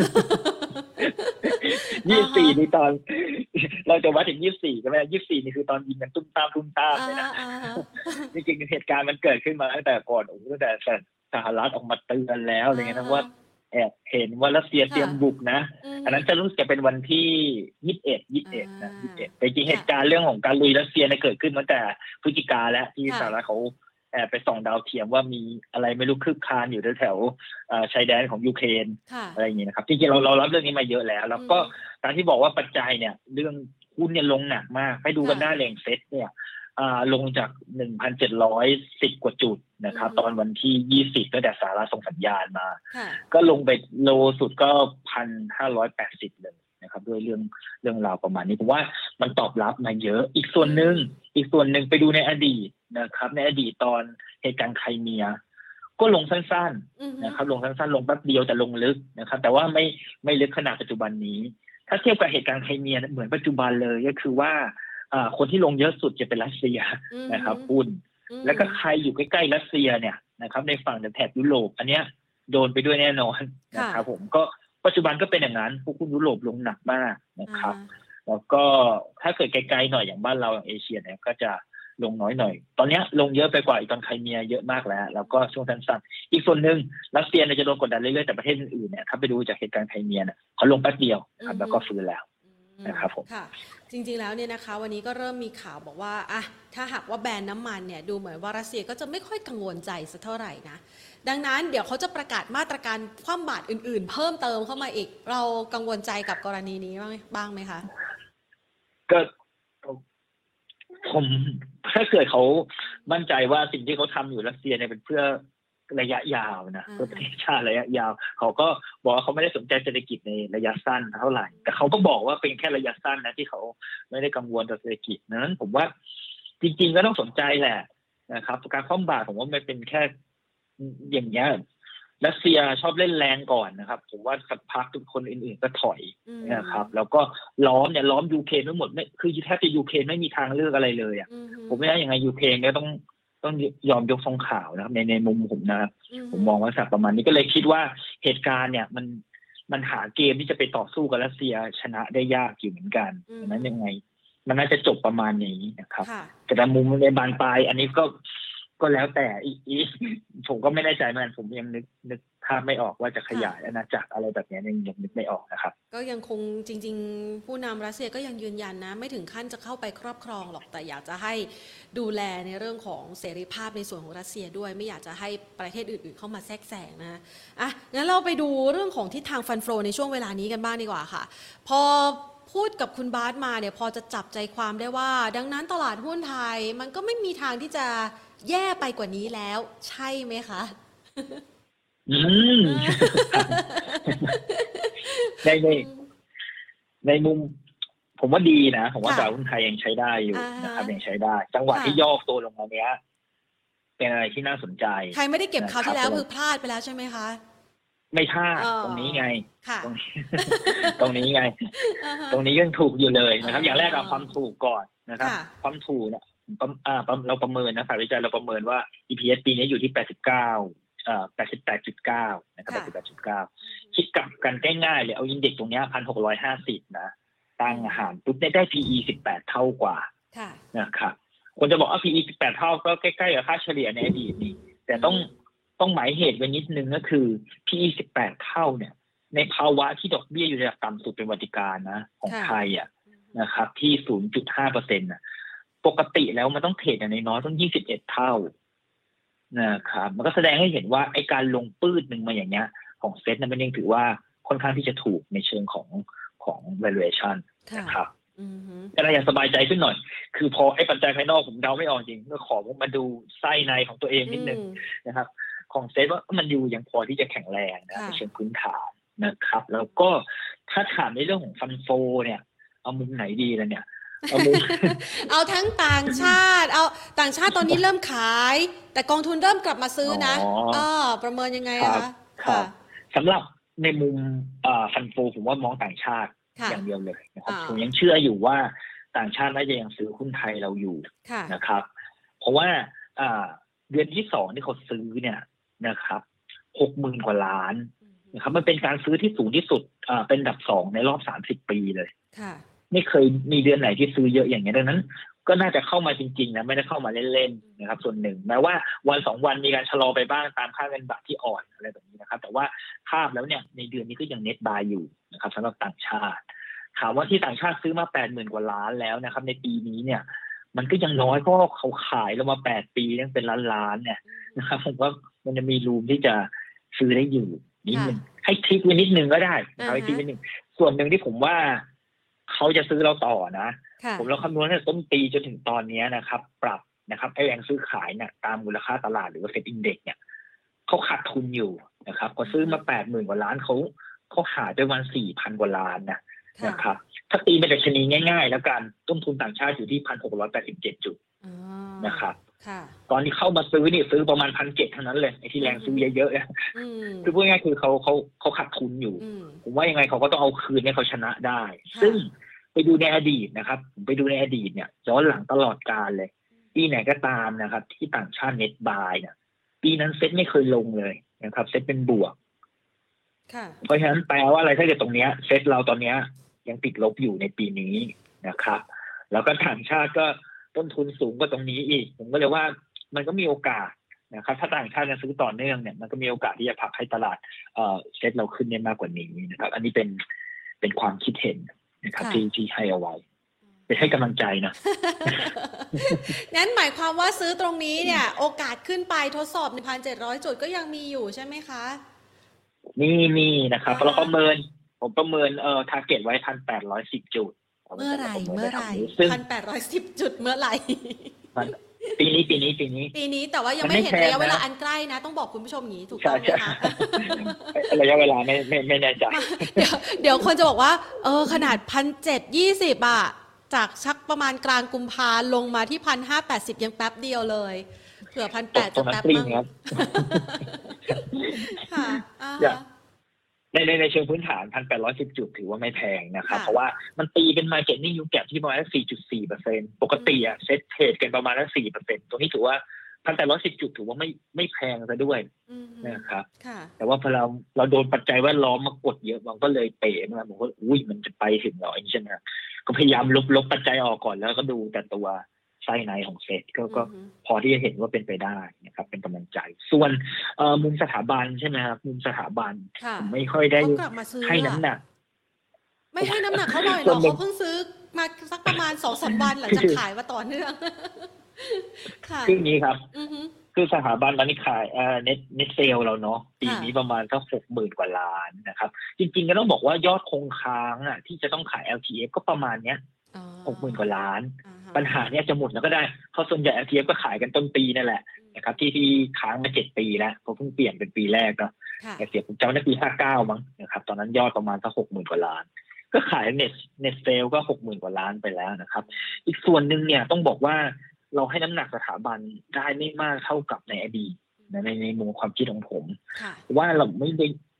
ยี่สิบสี่นี่ตอนเราจะวัดถึงยี่สิบสี่ก็ไม่ได้ยี่สิบสี่นี่คือตอนยิงกันตุ้มตามตุ้มตามเลยนะจริงๆเหตุการณ์มันเกิดขึ้นมาตั้งแต่ก่อนโอ้โหตั้งแต่สหรัฐออกมาเตือนแล้วอะไรเงี้ยนะว่าแอบเห็นว่ารัสเซียเตรียมบุกนะอันนั้นจะรู้สึกจะเป็นวันที่ยี่สิบเอ็ด ยี่สิบเอ็ดนะยี่สิบเอ็ดแต่จริงเหตุการณ์เรื่องของการลุยรัสเซียเนี่ยเกิดขึ้นตั้งแต่พฤศจิกาแล้วที่สหรัฐเขาแอบไปส่องดาวเทียมว่ามีอะไรไม่รู้คืบคลานอยู่แถวๆชายแดนของยูเครนอะไรอย่างเงี้ยนะครับจริงๆเราเรารับเรื่องนี้มาเยอะแล้วแล้วก็ตามที่บอกว่าปัจจัยเนี่ยเรื่องหุ้นเนี่ยลงหนักมากไปดูกันได้แรงเซ็ตเนี่ยลงจาก หนึ่งพันเจ็ดร้อยสิบ กว่าจุดนะครับตอนวันที่ยี่สิบตั้งแต่สหรัฐส่งสัญญาณมาก็ลงไปโลสุดก็ หนึ่งพันห้าร้อยแปดสิบ เลยนะครับด้วยเรื่องเรื่องราวประมาณนี้ผมว่ามันตอบรับมาเยอะอีกส่วนหนึ่งอีกส่วนหนึ่งไปดูในอดีตนะครับในอดีตตอนเหตุการณ์ไครเมียก็ลงสั้นๆนะครับลงสั้นๆลงแป๊บเดียวแต่ลงลึกนะครับแต่ว่าไม่ไม่ลึกขนาดปัจจุบันนี้ถ้าเทียบกับเหตุการณ์ไครเมียเหมือนปัจจุบันเลยก็คือว่าคนที่ลงเยอะสุดจะเป็นรัสเซียนะครับหุ้นแล้วก็ใครอยู่ใกล้ๆรัสเซียเนี่ยนะครับในฝั่งแถบยุโรปอันเนี้ยโดนไปด้วยแน่นอนนะครับผมก็ปัจจุบันก็เป็นอย่างนั้นพวกหุ้นยุโรปลงหนักมากนะครับแล้วก็ถ้าเกิดไกลๆหน่อยอย่างบ้านเราอย่างเอเชียเนี่ยก็จะลงน้อยหน่อยตอนนี้ลงเยอะไปกว่าอีกตอนไครเมียเยอะมากแล้วแล้วก็ช่วงสั้นๆอีกส่วนหนึ่งรัสเซียเนี่ยจะโดนกดดันเรื่อยๆแต่ประเทศอื่นๆเนี่ยถ้าไปดูจากเหตุการณ์ไครเมียเนี่ยเขาลงแป๊บเดียวครับแล้วก็ฟื้นแล้วนะครับผมค่ะจริงๆแล้วเนี่ยนะคะวันนี้ก็เริ่มมีข่าวบอกว่าอ่ะถ้าหากว่าแบนน้ำมันเนี่ยดูเหมือนว่ารัสเซียก็จะไม่ค่อยกังวลใจสักเท่าไหร่นะดังนั้นเดี๋ยวเขาจะประกาศมาตรการคว่ำบาตรอื่นๆเพิ่มเติมเข้ามาอีกเรากังวลใจกับกรณีนี้บ้างบ้างไหมคะก็ผมถ้าเกิดเขามั่นใจว่าสิ่งที่เขาทำอยู่รัสเซียเนี่ยเป็นเพื่อระยะยาวนะเพื่อประเทศชาติระยะยาวเขาก็บอกว่าเขาไม่ได้สนใจเศรษฐกิจในระยะสั้นเท่าไหร่แต่เขาก็บอกว่าเป็นแค่ระยะสั้นนะที่เขาไม่ได้กังวลต่อเศรษฐกิจนั้นผมว่าจริงๆก็ต้องสนใจแหละนะครับการคว่ำบาตรผมว่ามันเป็นแค่อย่างเงี้ยรัสเซียชอบเล่นแรงก่อนนะครับผมว่าสักพักทุกคนอื่นๆก็ถอยนะครับแล้วก็ล้อมเนี่ยล้อมยูเครนทั้งหมดไม่คือแทบจะยูเครนไม่มีทางเลือกอะไรเลยอ่ะผมไม่ได้ยังไงยูเครนก็ต้องต้องยอมยกทรงข่าวนะครับในในมุมผมนะครับผมมองว่าสักประมาณนี้ก็เลยคิดว่าเหตุการณ์เนี่ยมันมันหาเกมที่จะไปต่อสู้กับรัสเซียชนะได้ยากอยู่เหมือนกันดังนั้นยังไงมันน่าจะจบประมาณนี้นะครับแต่ในมุมในบานปลายอันนี้ก็ก็แล้วแต่อีกผมก็ไม่แน่ใจเหมือนกันผมยังนึกนึกภาพไม่ออกว่าจะขยายอาณาจักรอะไรแบบนี้ยังยังนึกไม่ออกนะครับก็ยังคงจริงๆผู้นำรัสเซียก็ยังยืนยันนะไม่ถึงขั้นจะเข้าไปครอบครองหรอกแต่อยากจะให้ดูแลในเรื่องของเสรีภาพในส่วนของรัสเซียด้วยไม่อยากจะให้ประเทศอื่นๆเข้ามาแทรกแซงนะอ่ะงั้นเราไปดูเรื่องของทิศทางฟันโฟในช่วงเวลานี้กันบ้างดีกว่าค่ะพอพูดกับคุณบาสมาเนี่ยพอจะจับใจความได้ว่าดังนั้นตลาดหุ้นไทยมันก็ไม่มีทางที่จะแย่ไปกว่านี้แล้วใช่ไหมคะอืมในในในมุมผมว่าดีนะผมว่าตลาดหุ้นไทยยังใช้ได้อยู่นะครับยังใช้ได้จังหวะที่ย่อตัวลงมาเนี้ยเป็นอะไรที่น่าสนใจใครไม่ได้เก็บคราวที่แล้วคือพลาดไปแล้วใช่ไหมคะไม่ท่าอ๋อตรงนี้ไงค่ะตรงนี้ ตรงนี้ไงอ่าฮะตรงนี้ยังถูกอยู่เลยนะครับอ๋ออย่างแรกเอาความถูกก่อนนะครับค่ะความถูกเนี่ยประอ่าประเราประเมินนะฝ่ายวิจัยเราประเมินว่า อี พี เอส ปีนี้อยู่ที่แปดสิบเก้าเอ่อแปดสิบแปดจุดเก้านะครับค่ะแปดสิบแปดจุดเก้าคิดกลับกันง่ายๆเลยเอาอินเด็กซ์ตรงเนี้ย หนึ่งพันหกร้อยห้าสิบ นะตั้งอาหารปุ๊บได้ได้ พี อี สิบแปดเท่ากว่าค่ะนะครับคนจะบอกว่า พี อี สิบแปดเท่าก็ใกล้ๆกับค่าเฉลี่ยในอดีตนี่แต่ต้องต้องหมายเหตุไว้นิดนึงก็คือ พี อี สิบแปดเท่าเนี่ยในภาวะที่ดอกเบี้ยอยู่ระดับต่ำสุดเป็นประวัติการณ์นะของค่ะไทยอ่ะนะครับที่ ศูนย์จุดห้าเปอร์เซ็นต์ น่ะปกติแล้วมันต้องเทรดอย่างน้อยๆต้องยี่สิบเอ็ดเท่านะครับมันก็แสดงให้เห็นว่าไอ้การลงปื้ดหนึ่งมาอย่างเงี้ยของเซ็ตนั้นมันยังถือว่าค่อนข้างที่จะถูกในเชิงของของ valuation ค่ะนะครับอือฮึแต่เราอยากสบายใจขึ้นหน่อย คือพอไอ้ปัจจัยภายนอกผมเดาไม่ออกจริงก็ขอมาดูไส้ในของตัวเองนิดนึงอืมนะครับ ของเซ็ตว่ามันอยู่ยังพอที่จะแข็งแรงนะค่ะในเชิงพื้นฐานนะครับ แล้วก็ถ้าถามในเรื่องของฟันโฟเนี่ย เอามุมไหนดีล่ะเนี่ย เอามุมเอาทั้งต่างชาติ เอาต่างชาติตอนนี้เริ่มขาย แต่กองทุนเริ่มกลับมาซื้อนะอ๋อเออประเมินยังไงครัอะบคะครับ สำหรับในมุมฟันโฟผมว่ามองต่างชาติค่ะอย่างเดียวเลยนะครับอ่าผมยังเชื่ออยู่ว่าต่างชาติน่าจะยังซื้อหุ้นไทยเราอยู่ค่ะนะครับ เพราะว่าอ่าเดือนที่สองที่เขาซื้อเนี่ยนะครับหกหมื่นกว่าล้านนะครับมันเป็นการซื้อที่สูงที่สุดอ่าเป็นอันดับสองในรอบสามสิบปีเลยค่ะไม่เคยมีเดือนไหนที่ซื้อเยอะอย่างนี้ยดังนั้น ก็น่าจะเข้ามาจริงๆนะไม่ได้เข้ามาเล่นๆนะครับส่วนหนึ่งแม้ว่าวันสองวันมีการชะลอไปบ้างตามค่าเงินบาทที่อ่อนอะไรแบบนี้นะครับแต่ว่าภาพแล้วเนี่ยในเดือนนี้ก็ยังเน็ตบายอยู่นะครับสำหรับต่างชาติถามว่าที่ต่างชาติซื้อมาแปดหมื่นกว่าล้านแล้วนะครับในปีนี้เนี่ยมันก็ยังน้อยเพราะเขาขายเรามาแปดปียังเป็นล้านๆเนี่ยนะครับผมว่ามันจะมีรูมที่จะซื้อได้อยู่นิดนึงให้ทริคไว้นิดนึงก็ได้นะครับให้ทริคไว้นิดนึงส่วนหนึ่งที่ผมว่าเขาจะซื้อเราต่อนะผมเราคำนวณตั้งแต่ต้นปีจนถึงตอนนี้นะครับปรับนะครับไอ้แรงซื้อขายเนี่ยตามมูลค่าตลาดหรือว่าเซ็ตอินเด็กซ์เนี่ยเขาขาดทุนอยู่นะครับก็ซื้อมาแปดหมื่นกว่าล้านเขาเขาหายไปวันสี่พันกว่าล้านนะนะครับถ้าตีเป็นดัชนีง่ายๆแล้วกันต้นทุนต่างชาติอยู่ที่พันหกร้อยแปดสิบเจ็ดจุดนะครับตอนนี้เข้ามาซื้อนี่ซื้อประมาณพันเจ็ดเท่านั้นเลยไอ้ที่แรงซื้อเยอะๆนะคือพูดง่ายๆคือเขาเขาเขาขาดทุนอยู่ผมว่ายังไงเขาก็ต้องเอาคืนให้เขาชนะได้ซึ่งไปดูในอดีตนะครับไปดูในอดีตเนี่ยย้อนหลังตลอดกาลเลยปีไหนก็ตามนะครับที่ต่างชาติเน็ตบายเนี่ยปีนั้นเซ็ตไม่เคยลงเลยนะครับเซ็ตเป็นบวกเพราะฉะนั้นแปลว่าอะไรถ้าเกิดตรงเนี้ยเซ็ตเราตอนเนี้ยยังติดลบอยู่ในปีนี้นะครับแล้วก็ต่างชาติก็ต้นทุนสูงกว่าตรงนี้อีกผมก็เลยว่ามันก็มีโอกาสนะครับถ้าต่างชาติจะซื้อต่อเนื่องเนี่ยมันก็มีโอกาสที่จะผลักให้ตลาดเอ่อเซ็ตเราขึ้นได้มากกว่านี้นะครับอันนี้เป็นเป็นความคิดเห็นนะครับที่ที่ให้เอาไว้ไปให้กำลังใจนะงั้นหมายความว่าซื้อตรงนี้เนี่ยโอกาสขึ้นไปทดสอบ หนึ่งพันเจ็ดร้อย จุดก็ยังมีอยู่ใช่ไหมคะนี่มีนะครับเราประเมินผมประเมินเอ่อ target ไว้ หนึ่งพันแปดร้อยสิบ จุดเมื่อไหร่เมื่อไหร่ หนึ่งพันแปดร้อยสิบ จุดเมื่อไหร่ปีนี้ปีนี้ปีนี้ปีนี้แต่ว่ายังไม่เห็นระยะเวลาอันใกล้นะต้องบอกคุณผู้ชมอย่างนี้ถูกต้องไหมคะระยะเวลาไม่ไม่ไม่แน่ใจเดี๋ยวเดี๋ยวคนจะบอกว่าเออขนาด หนึ่งพันเจ็ดร้อยยี่สิบ อ่ะจากชักประมาณกลางกุมภาลงมาที่ หนึ่งพันห้าร้อยแปดสิบ ยังแป๊บเดียวเลยเผื่อ หนึ่งพันแปดร้อย จะแป๊บมั้งค่ะในในในเชิงพื้นฐาน หนึ่งพันแปดร้อยสิบ จุดถือว่าไม่แพงนะครับเพราะว่ามันตีเป็น market yield gap ที่ประมาณ สี่จุดสี่เปอร์เซ็นต์ ปกติอะเซ็ตเทรดกันประมาณ สี่เปอร์เซ็นต์ ตรงนี้ถือว่า หนึ่งพันแปดร้อยสิบ จุดถือว่าไม่ไม่แพงซะด้วยนะครับแต่ว่าพอเราเราโดนปัจจัยแวดล้อมมากดเยอะมันก็เลยเป๋มาบอกว่าอุ้ยมันจะไปถึงเหรอใช่ไหมก็พยายามลบลบปัจจัยออกก่อนแล้วก็ดูแต่ตัวไส้ในของเซ็ตก็ก็พอที่จะเห็นว่าเป็นไปได้นะครับเป็นกำลังใจส่วนเอ่อมุมสถาบันใช่ไหมครับมุมสถาบันผมไม่ค่อยได้ให้น้ำหนักไม่ให้น้ำหนักเขาหน่อยหรอเขาเพิ่งซื้อมาสักประมาณ สองสาม วันหลังจากขายมาต่อเนื่องค่ะคือนี้ครับคือสถาบันตอนนี้ขายเอ่อเน็ตเน็ตเซลเราเนาะปีนี้ประมาณสัก หกหมื่น กว่าล้านนะครับจริงๆก็ต้องบอกว่ายอดคงค้างอ่ะที่จะต้องขาย แอล ที เอฟ ก็ประมาณเนี้ยหกหมื่น กว่าล้านปัญหาเนี้ยจะหมดแล้วก็ได้เพราะส่วนใหญ่ แอล ที เอฟ ก็ขายกันต้นปีนั่นแหละนะครับที่ที่ค้างมาเจ็ดปีแล้วเขาเพิ่งเปลี่ยนเป็นปีแรกเนาะแอล ที เอฟ ผมจำได้ปีห้าสิบเก้ามั้งนะครับตอนนั้นยอดประมาณสัก หกหมื่น กว่าล้านก็ขายเน็ตเน็ตเซลก็ หกหมื่น กว่าล้านไปแล้วนะครับอีกส่วนนึงเนี่ยต้องบอกว่าเราให้น้ำหนักสถาบันได้ไม่มากเท่ากับในอดีตในในมุมความคิดของผมว่าเราไม่ได้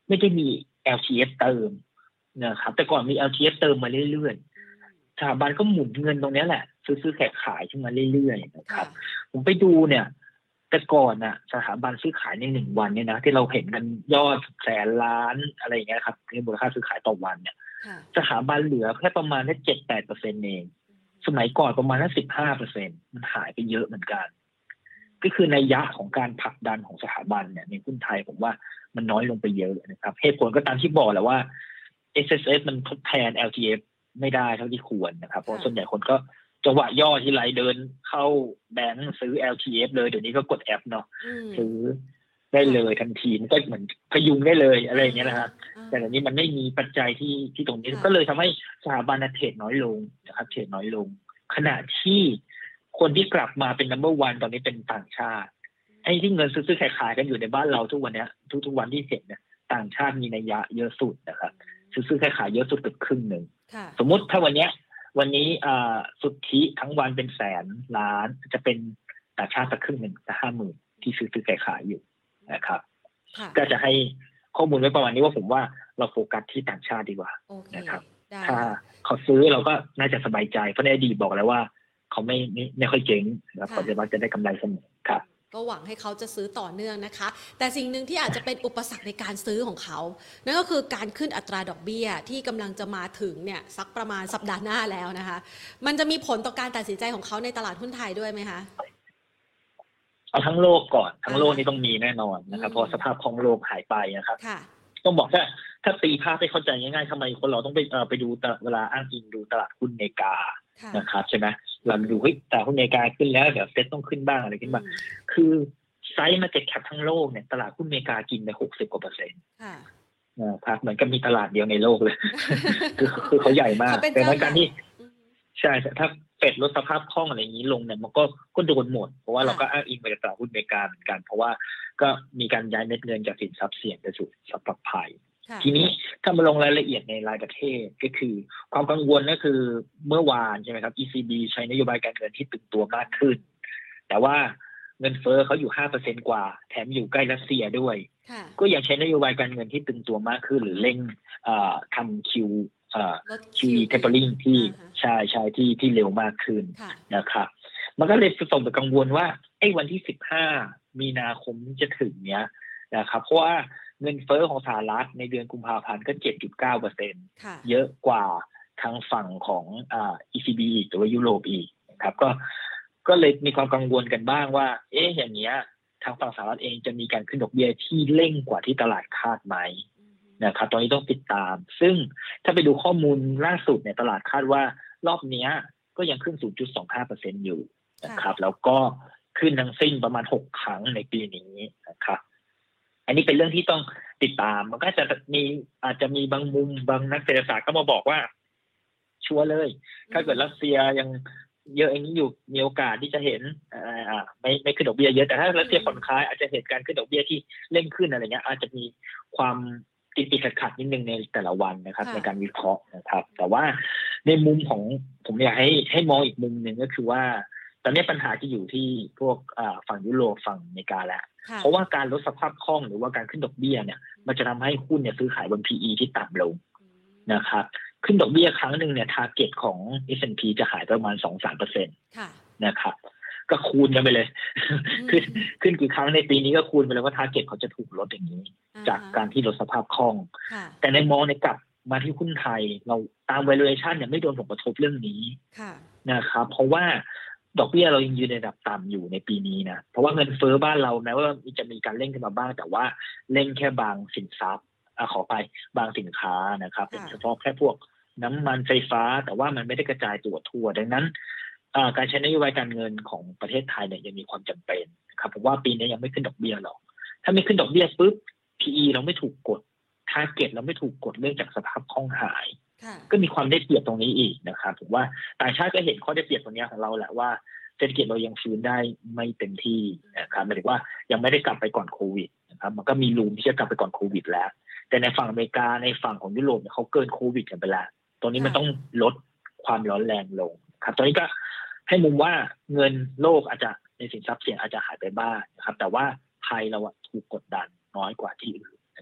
ไม่ได้มี แอล ที เอฟ เติมนะครับแต่ก่อนมี แอล ที เอฟ เติมมาเรื่อยๆสถาบันก็หมุนเงินตรงนี้แหละซื้อๆขายๆขึ้นมาเรื่อยๆนะครับผมไปดูเนี่ยแต่ก่อนน่ะสถาบันซื้อขายในหนึ่งวันเนี่ยนะที่เราเห็นกันยอดแสนล้านอะไรอย่างเงี้ยครับในมูลค่าซื้อขายต่อวันเนี่ยสถาบันเหลือแค่ประมาณแค่เจ็ดแปดเปอร์เซ็นต์เองสมัยก่อนประมาณแค่สิบห้าเปอร์เซ็นต์มันหายไปเยอะเหมือนกันก็คือนัยยะของการผลักดันของสถาบันเนี่ยในหุ้นไทยผมว่ามันน้อยลงไปเยอะนะครับเหตุผลก็ตามที่บอกแหละว่า เอส เอส เอฟ มันทดแทน แอล ที เอฟ ไม่ได้เท่าที่ควรนะครับเพราะส่วนใหญ่คนก็จังหวะย่อที่ไรเดินเข้าแบงก์ซื้อ แอล ที เอฟ เลยเดี๋ยวนี้ก็กดแอปเนาะซื้อได้เลยทันทีมันก็เหมือนพยุงได้เลยอะไรอย่างเงี้ยนะครับแต่เดี๋ยวนี้มันไม่มีปัจจัยที่ที่ตรงนี้ก็เลยทำให้สถาบันเทรดน้อยลงนะครับเทรดน้อยลงขณะที่คนที่กลับมาเป็น นัมเบอร์วัน ตอนนี้เป็นต่างชาติไอ้ที่เงินซื้อๆขายๆกันอยู่ในบ้านเราทุกวันนี้ทุกๆวันที่เห็นเนี่ยต่างชาติมีนัยยะเยอะสุดนะครับซื้อๆขายๆเยอะสุดเกือบครึ่งหนึ่งสมมุติถ้าวันนี้วันนี้สุทธิทั้งวันเป็นแสนล้านจะเป็นต่างชาติสักครึ่งหนึ่งจะห้าหมื่นที่ซื้อๆขายๆอยู่นะครับก็จะให้ข้อมูลไว้ประมาณนี้ว่าผมว่าเราโฟกัสที่ต่างชาติดีกว่านะครับถ้าเขาซื้อเราก็น่าจะสบายใจเพราะในอดีตบอกแล้วว่าเขาไม่ไม่ไม่ค่อยเจ๊งแล้วเขาจะมักจะได้กำไรเสมอครับก็หวังให้เขาจะซื้อต่อเนื่องนะคะแต่สิ่งหนึ่งที่อาจจะเป็นอุปสรรคในการซื้อของเขานั่นก็คือการขึ้นอัตราดอกเบี้ยที่กำลังจะมาถึงเนี่ยสักประมาณสัปดาห์หน้าแล้วนะคะมันจะมีผลต่อการตัดสินใจของเขาในตลาดหุ้นไทยด้วยไหมคะเอาทั้งโลกก่อนทั้งโลกนี่ต้องมีแน่นอนนะครับเพราะสภาพคล่องโลกหายไปนะครับต้องบอกถ้าถ้าตีภาพให้เข้าใจง่ายๆทำไมคนเราต้องไปเอ่อไปดูเวลาอ้างอิงดูตลาดหุ้นอเมริกานะครับใช่ไหมเราดูเฮ้ยแต่หุ้นอเมริกาขึ้นแล้วเดี๋ยวเซ็ตต้องขึ้นบ้างอะไรขึ้นบ้างคือไซส์มาร์เก็ตแคปทั้งโลกเนี่ยตลาดหุ้นอเมริกากินไปหกสิบกว่าเปอร์เซ็นต์นะครับเหมือนกับมีตลาดเดียวในโลกเลยคือคือเขาใหญ่มากแต่ในการที่ใช่ถ้าเฟดลดสภาพคล่องอะไรอย่างนี้ลงเนี่ยมันก็ก็โดนหมดเพราะว่าเราก็อ้างอิงไปกับตลาดหุ้นอเมริกาเหมือนกันเพราะว่าก็มีการย้ายเม็ดเงินจากสินทรัพย์เสี่ยงไปสู่สินทรัพย์ปลอดภัยทีนี้ถ้ามาลงรายละเอียดในรายประเทศก็คือความกังวลก็คือเมื่อวานใช่ไหมครับ อี ซี บี ใช้นโยบายการเงินที่ตึงตัวมากขึ้นแต่ว่าเงินเฟ้อเขาอยู่ ห้าเปอร์เซ็นต์ กว่าแถมอยู่ใกล้รัสเซียด้วยก็ยังใช้นโยบายการเงินที่ตึงตัวมากขึ้นหรือเร่งทำคิวคิว tapering ที่ใช่ใช่ที่ที่เร็วมากขึ้นนะครับมันก็เลยส่งไปกังวลว่าไอ้วันที่สิบห้ามีนาคมจะถึงเนี้ยนะครับเพราะว่าเงินเฟ้อของสหรัฐในเดือนกุมภาพันธ์ก็ เจ็ดจุดเก้าเปอร์เซ็นต์ เยอะกว่าทางฝั่งของอ่า อี ซี บี อีกหรือว่ายุโรปอีกนะครับก็ก็เลยมีความกังวลกันบ้างว่าเอ๊ะอย่างเงี้ยทางฝั่งสหรัฐเองจะมีการขึ้นดอกเบี้ยที่เร่งกว่าที่ตลาดคาดไหมนะครับตอนนี้ต้องติดตามซึ่งถ้าไปดูข้อมูลล่าสุดเนี่ยตลาดคาดว่ารอบนี้ก็ยังขึ้น ศูนย์จุดสองห้าเปอร์เซ็นต์ อยู่นะครับแล้วก็ขึ้นทั้งสิ้นประมาณหกครั้งในปีนี้นะครับอันนี้เป็นเรื่องที่ต้องติดตามมันก็จะมีอาจจะมีบางมุมบางนักเศรษฐศาสตร์ก็มาบอกว่าชัวร์เลยถ้าเกิดรัสเซียยังเยอะอย่างนี้อยู่มีโอกาสที่จะเห็นอ่าไม่ไม่ขึ้นดอกเบี้ยเยอะแต่ถ้ารัสเซียผ่อนคลายอาจจะเห็นการขึ้นดอกเบี้ยที่เร่งขึ้นอะไรเงี้ยอาจจะมีความติดติดขัดขัดนิดนึงในแต่ละวันนะครับในการวิเคราะห์นะครับแต่ว่าในมุมของผมอยากให้ให้มองอีกมุมหนึ่งก็คือว่าตอนนี้ปัญหาจะอยู่ที่พวกฝั่งยุโรปฝั่งอเมริกาแล้วเพราะว่าการลดสภาพคล่องหรือว่าการขึ้นดอกเบี้ยเนี่ยมันจะทำให้หุ้นเนี่ยซื้อขายบน พี อี ที่ต่ำลงนะครับขึ้นดอกเบี้ยครั้งหนึ่งเนี่ย target ของ เอส แอนด์ พี จะหายประมาณ สองถึงสามเปอร์เซ็นต์ นะครับก็คูณกันไปเลยขึ้นขึ้นกี่ครั้งในปีนี้ก็คูณไปเลยว่า target เขาจะถูกลดอย่างนี้จากการที่ลดสภาพคล่องแต่ในมองในกลับมาที่หุ้นไทยเราตาม valuation เนี่ยไม่โดนผลกระทบเรื่องนี้นะครับเพราะว่าดอกเบี้ยเรายังยืนในระดับต่ำอยู่ในปีนี้นะเพราะว่าเงินเฟ้อบ้านเราแม้ว่าจะมีการเร่งขึ้นมาบ้างแต่ว่าเร่งแค่บางสินทรัพย์อ่ะขอไปบางสินค้านะครับเป็นเฉพาะแค่พวกน้ำมันไฟฟ้าแต่ว่ามันไม่ได้กระจายตัวทั่วดังนั้นการใช้นโยบายการเงินของประเทศไทยเนี่ยยังมีความจำเป็นครับผมว่าปีนี้ยังไม่ขึ้นดอกเบี้ยหรอกถ้าไม่ขึ้นดอกเบี้ยปุ๊บ พี อี เราไม่ถูกกด target เราไม่ถูกกดเรื่องจากสภาพคล่องหายก็มีความได้เปรียบตรงนี้อีกนะครับผมว่าต่างชาติก็เห็นข้อได้เปรียบตรงนี้ของเราแหละว่าเศรษฐกิจเรายังฟื้นได้ไม่เต็มที่นะครับหมายถึงว่ายังไม่ได้กลับไปก่อนโควิดนะครับมันก็มีรูมที่จะกลับไปก่อนโควิดแล้วแต่ในฝั่งอเมริกาในฝั่งของยุโรปเนี่ยเขาเกินโควิดกันไปแล้วตรงนี้มันต้องลดความร้อนแรงลงครับตอนนี้ก็ให้มุมว่าเงินโลกอาจจะในสินทรัพย์เสี่ยงอาจจะหายไปบ้างนะครับแต่ว่าไทยเราถูกกดดันน้อยกว่าที่อื่น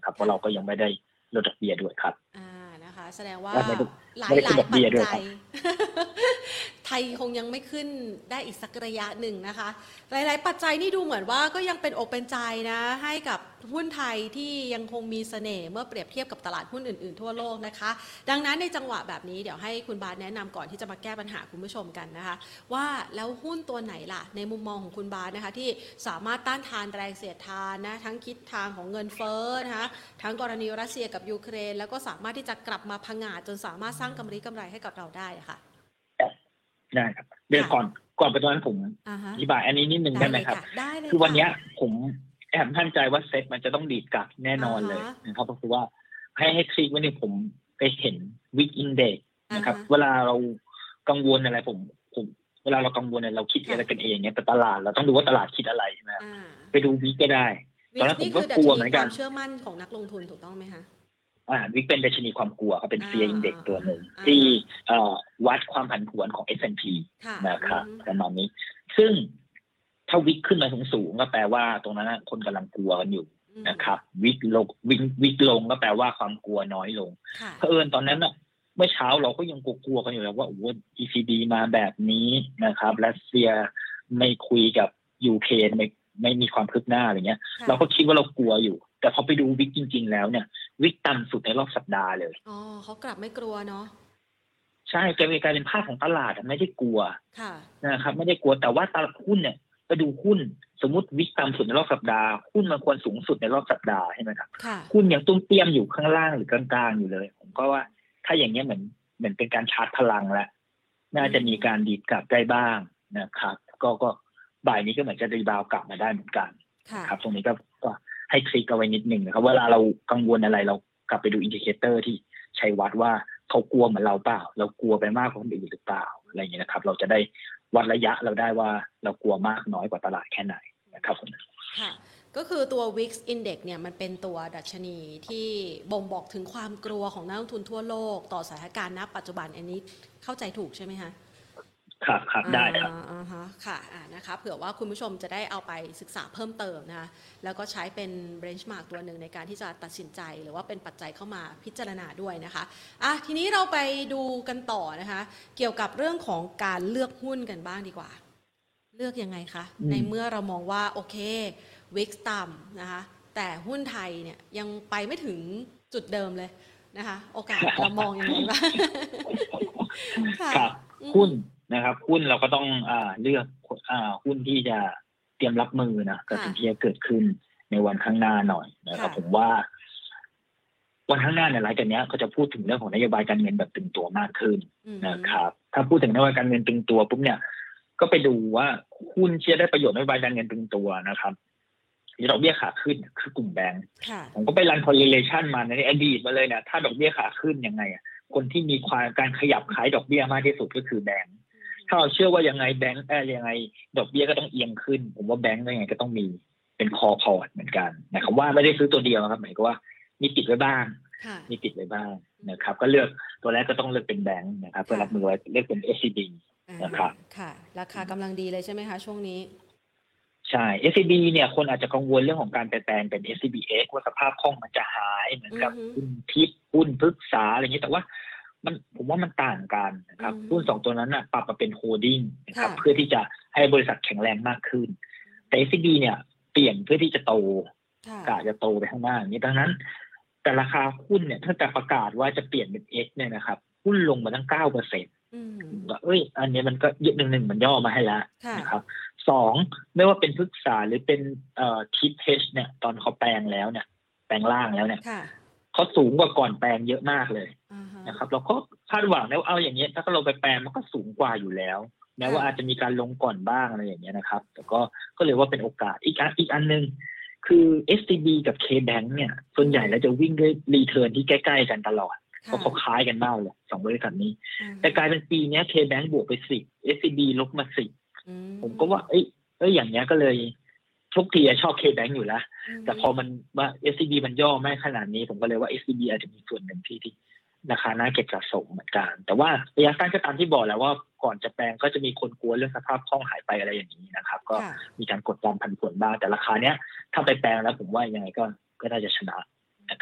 นะครับเพราะเราก็ยังไม่ได้ลดดอกเบี้ยด้วยครับอ่านะคะแสดงว่าหลายหลายปัจจัยไทยคงยังไม่ขึ้นได้อีกสักระยะหนึ่งนะคะหลายๆปัจจัยนี่ดูเหมือนว่าก็ยังเป็นอกเป็นใจนะให้กับหุ้นไทยที่ยังคงมีเสน่ห์เมื่อเปรียบเทียบกับตลาดหุ้นอื่นๆทั่วโลกนะคะดังนั้นในจังหวะแบบนี้เดี๋ยวให้คุณบาสแนะนำก่อนที่จะมาแก้ปัญหาคุณผู้ชมกันนะคะว่าแล้วหุ้นตัวไหนล่ะในมุมมองของคุณบาสนะคะที่สามารถต้านทานแรงเสียดทานนะทั้งทิศทางของเงินเฟ้อนะคะทั้งกรณีรัสเซียกับยูเครนแล้วก็สามารถที่จะกลับมาผงาดจนสามารถสร้างกำไรกำไรให้กับเราได้ค่ะได้ครับเดี๋ยวก่อนก่อนไปตอนนั้นผมอธิบายอันนี้นิดนึงได้ไหมครับคือวันนี้ผมแอบมั่นใจว่าเซ็ตมันจะต้องดีดกลับแน่นอนเลยนะครับก็คือว่าให้ให้คลิกไว้ในผมไปเห็นวิกอินเด็กซ์นะครับเวลาเรากังวลอะไรผมผมเวลาเรากังวลเนี่ยเราคิดอะไรกันเองเนี่ยแต่ตลาดเราต้องดูว่าตลาดคิดอะไรใช่ไหมไปดูวิกก็ได้ตอนนั้นผมก็กลัวเหมือนกันเชื่อมั่นของนักลงทุนถูกต้องไหมคะอ่าวิกเป็นดัชนีความกลัวเขาเป็น Fear Index ตัวหนึ่งที่วัดความผันผวนของ เอส แอนด์ พี นะครับประมาณนี้ซึ่งถ้าวิกขึ้นมาสูงๆก็แปลว่าตรงนั้นคนกำลังกลัวกันอยู่นะครับวิกลงวิกวิกลงก็แปลว่าความกลัวน้อยลงเผอิญตอนนั้นน่ะเมื่อเช้าเราก็ยังกลัวๆกันอยู่แล้วว่าโอ้ อี ซี บี มาแบบนี้นะครับรัสเซียไม่คุยกับยูเครนไม่ไม่มีความคืบหน้าอะไรเงี้ยเราก็คิดว่าเรากลัวอยู่แต่พอไปดูวิกจริงๆแล้วเนี่ยวิกต่ำสุดในรอบสัปดาห์เลยอ๋อเขากลับไม่กลัวเนาะใช่กลายเป็นภาพของตลาดไม่ได้กลัวนะครับไม่ได้กลัวแต่ว่าตลาดหุ้นเนี่ยไปดูหุ้นสมมติวิกต่ำสุดในรอบสัปดาห์หุ้นมันควรสูงสุดในรอบสัปดาห์ใช่ไหมครับหุ้นยังตุ้มเตี้ยมอยู่ข้างล่างหรือกลางๆอยู่เลยผมก็ว่าถ้าอย่างเงี้ยเหมือนเหมือนเป็นการชาร์จพลังแล้วน่าจะมีการดีดกลับได้บ้างนะครับก็ก็บ่ายนี้ก็เหมือนจะรีบาวกลับมาได้เหมือนกันครับตรงนี้ก็ก็ให้คลิกเอาไว้นิดนึงนะครับเวลาเรากังวลอะไรเรากลับไปดูอินดิเคเตอร์ที่ใช้วัดว่าเขากลัวเหมือนเราเปล่าเรากลัวไปมากกว่าคนอื่นหรือเปล่าอะไรอย่างเงี้ยนะครับเราจะได้วัดระยะเราได้ว่าเรากลัวมากน้อยกว่าตลาดแค่ไหนนะครับผมค่ะก็คือตัว วี ไอ เอ็กซ์ Index เนี่ยมันเป็นตัวดัชนีที่บ่งบอกถึงความกลัวของนักลงทุนทั่วโลกต่อสถานการณ์ณปัจจุบันอันนี้เข้าใจถูกใช่ไหมคะครับครับได้ครับอ่าฮะค่ะอ่านะคะเผื่อว่าคุณผู้ชมจะได้เอาไปศึกษาเพิ่มเติมนะคะแล้วก็ใช้เป็น benchmark ตัวหนึ่งในการที่จะตัดสินใจหรือว่าเป็นปัจจัยเข้ามาพิจารณาด้วยนะคะอ่ะทีนี้เราไปดูกันต่อนะคะเกี่ยวกับเรื่องของการเลือกหุ้นกันบ้างดีกว่าเลือกยังไงคะในเมื่อเรามองว่าโอเค วี ไอ เอ็กซ์ ต่ำนะคะแต่หุ้นไทยเนี่ยยังไปไม่ถึงจุดเดิมเลยนะคะโอกาสเรามองยังไงบ้างครับหุ้นนะครับหุ้นเราก็ต้องอ่าเลือกอ่าหุ้นที่จะเตรียมรับมือนะกับสิ่งที่จะเกิดขึ้นในวันข้างหน้าหน่อยนะครับผมว่าวันข้างหน้าเนี่ยหลังจากนี้ก็จะพูดถึงเรื่องของนโยบายการเงินแบบตึงตัวมากขึ้นนะครับถ้าพูดถึงนโยบายการเงินตึงตัวปุ๊บเนี่ยก็ไปดูว่าหุ้นที่จะได้ประโยชน์นโยบายการเงินตึงตัวนะครับที่ดอกเบี้ยขาขึ้นคือกลุ่มแบงก์ผมก็ไปรัน correlation มาในอดีตมาเลยนะถ้าดอกเบี้ยขาขึ้นยังไงคนที่มีความการขยับขายดอกเบี้ยมากที่สุดก็คือแบงก์ถ้าเราเชื่อว่ายังไงแบงก์เอ่อยังไงดอกเบี้ยก็ต้องเอียงขึ้นผมว่าแบงก์ยังไงก็ต้องมีเป็นคอพอร์ตเหมือนกันนะครับว่าไม่ได้ซื้อตัวเดียวครับหมายความว่ามีติดไว้บ้างมีติดไว้บ้างนะครับก็เลือกตัวแรกก็ต้องเลือกเป็นแบงก์นะครับเพื่อรับมือไว้เลือกเป็น เอส ซี บี นะครับค่ะราคากำลังดีเลยใช่ไหมคะช่วงนี้ใช่ เอส ซี บี เนี่ยคนอาจจะกังวลเรื่องของการแปลงเป็น เอส ซี บี เอ็กซ์ ว่าสภาพคล่องมันจะหายเหมือนกับหุ้นทิพย์หุ้นพฤกษาอะไรอย่างนี้แต่ว่ามันผมว่ามันต่างกันนะครับหุ้นสองตัวนั้นน่ะปรับมาเป็นโฮลดิ้งนะครับเพื่อที่จะให้บริษัทแข็งแรงมากขึ้นแต่ เอส ซี บี เนี่ยเปลี่ยนเพื่อที่จะโตกะจะโตไปข้างหน้าอย่างนี้ดังนั้นแต่ราคาหุ้นเนี่ยถ้าจะประกาศว่าจะเปลี่ยนเป็น X เนี่ยนะครับหุ้นลงมาตั้ง เก้าเปอร์เซ็นต์ ก็เอ้ยอันนี้มันก็ยึดหนึ่งหนึ่งมันย่อมาให้แล้วนะครับสองไม่ว่าเป็นพฤกษาหรือเป็นเอ่อทิปเพชเนี่ยตอนเขาแปลงแล้วเนี่ยแปลงล่างแล้วเนี่ยเขาสูงกว่าก่อนแปลงเยอะมากเลยนะครับเราก็คาดหวังแล้วเอาอย่างเงี้ยถ้าเราไปแปลงมันก็สูงกว่าอยู่แล้วแม้ว่าอาจจะมีการลงก่อนบ้างอะไรอย่างเงี้ยนะครับแต่ก็ก็เลยว่าเป็นโอกาสอีกอันอีกอันนึงคือ เอส ซี บี กับ K-Bank เนี่ยส่วนใหญ่แล้วจะวิ่งด้วยรีเทิร์นที่ใกล้ๆกันตลอดเพราะเขาคล้ายกันมากเลยสองบริษัทนี้แต่กลายเป็นปีนี้ K-Bank บวกไปสิบ เอส ซี บี ลบมาสิบผมก็ว่าเอ้ยเอ้ยอย่างเงี้ยก็เลยทุกทีชอบ K-Bank อยู่แล้วแต่พอมันว่า เอส ซี บี มันย่อไม่ขนาดนี้ผมก็เลยว่า เอส ซี บี อาจจะมีส่วนหนึ่งที่ที่ราคาน่าเก็บสะสมเหมือนกันแต่ว่าระยะสั้นก็ตามที่บอกแล้วว่าก่อนจะแปลงก็จะมีคนกลัวเรื่องสภาพคล่องหายไปอะไรอย่างนี้นะครับก็มีการกดดันผันผวนบ้างแต่ราคาเนี้ยถ้าไปแปลงแล้วผมว่ายังไงก็ก็น่าจะชนะนะ